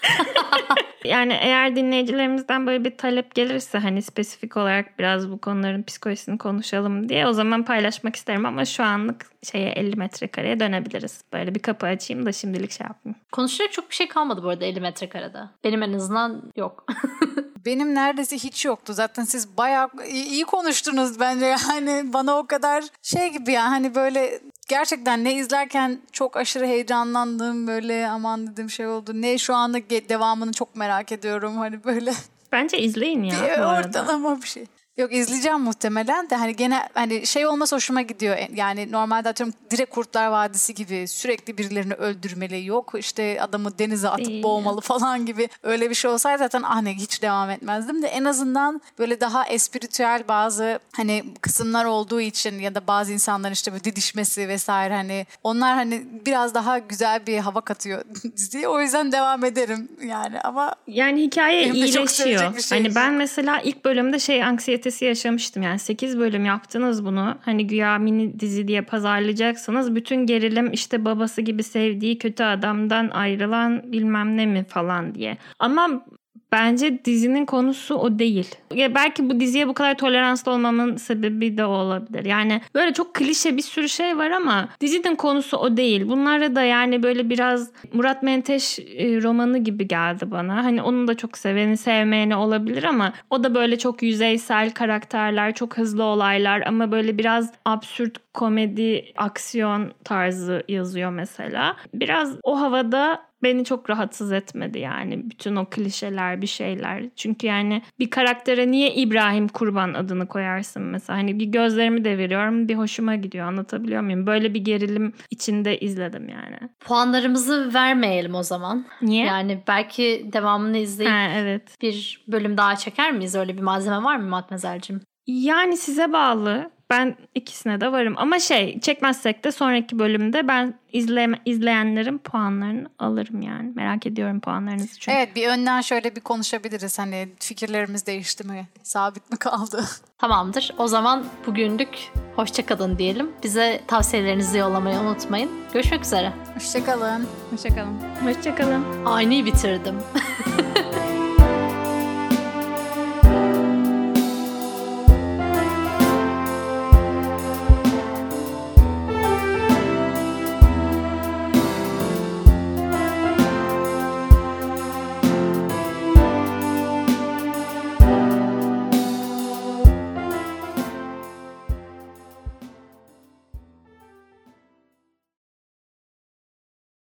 A: Yani eğer dinleyicilerimizden böyle bir talep gelirse hani spesifik olarak biraz bu konuların psikolojisini konuşalım diye o zaman paylaşmak isterim ama şu anlık şeye elli metrekareye dönebiliriz. Böyle bir kapı açayım da şimdilik şey yapmayayım.
B: Konuşacak çok bir şey kalmadı bu arada elli metrekarede. Benim en azından yok.
C: Benim neredeyse hiç yoktu. Zaten siz bayağı iyi, iyi konuştunuz bence. Yani bana o kadar şey gibi ya hani böyle gerçekten ne izlerken çok aşırı heyecanlandım, böyle aman dedim şey oldu. Ne şu anda devamını çok merak ediyorum hani böyle.
A: Bence izleyin ya
C: Bir
A: bu arada.
C: ortalama bir şey. Yok, izleyeceğim muhtemelen de hani gene hani şey olması hoşuma gidiyor. Yani normalde atıyorum direkt Kurtlar Vadisi gibi sürekli birilerini öldürmeli, yok işte adamı denize atıp
A: İyi.
C: boğmalı falan gibi öyle bir şey olsaydı zaten ah ne hiç devam etmezdim de en azından böyle daha espiritüel bazı hani kısımlar olduğu için ya da bazı insanların işte böyle didişmesi vesaire hani onlar hani biraz daha güzel bir hava katıyor diziye. O yüzden devam ederim yani ama
A: Yani hikaye
C: Benim de çok
A: iyileşiyor.
C: söyleyecek bir şey
A: Hani
C: yok.
A: ben mesela ilk bölümde şey anksiyetesi yaşamıştım. Yani sekiz bölüm yaptınız bunu. Hani güya mini dizi diye pazarlayacaksınız. Bütün gerilim işte babası gibi sevdiği kötü adamdan ayrılan bilmem ne mi falan diye. Ama bence dizinin konusu o değil. Ya belki bu diziye bu kadar toleranslı olmamın sebebi de o olabilir. Yani böyle çok klişe bir sürü şey var ama dizinin konusu o değil. Bunlara da yani böyle biraz Murat Menteş e, romanı gibi geldi bana. Hani onu da çok seveni sevmeyeni olabilir ama o da böyle çok yüzeysel karakterler, çok hızlı olaylar ama böyle biraz absürt komedi, aksiyon tarzı yazıyor mesela. Biraz o havada beni çok rahatsız etmedi yani bütün o klişeler bir şeyler. Çünkü yani bir karaktere niye İbrahim Kurban adını koyarsın mesela? Hani bir gözlerimi deviriyorum, bir hoşuma gidiyor, anlatabiliyor muyum? Böyle bir gerilim içinde izledim yani.
B: Puanlarımızı vermeyelim o zaman.
A: Niye?
B: Yani belki devamını izleyip
A: Ha, evet.
B: bir bölüm daha çeker miyiz? Öyle bir malzeme var mı Matmazel'cim?
A: Yani size bağlı. Ben ikisine de varım. Ama şey çekmezsek de sonraki bölümde ben izleme, izleyenlerin puanlarını alırım yani. Merak ediyorum puanlarınızı çünkü.
C: evet bir önden şöyle bir konuşabiliriz hani fikirlerimiz değişti mi, sabit mi kaldı?
B: Tamamdır. O zaman bugünlük hoşça kalın diyelim. Bize tavsiyelerinizi yollamayı unutmayın. Görüşmek üzere.
C: Hoşçakalın.
D: Hoşçakalın.
A: Hoşçakalın.
B: Ani bitirdim.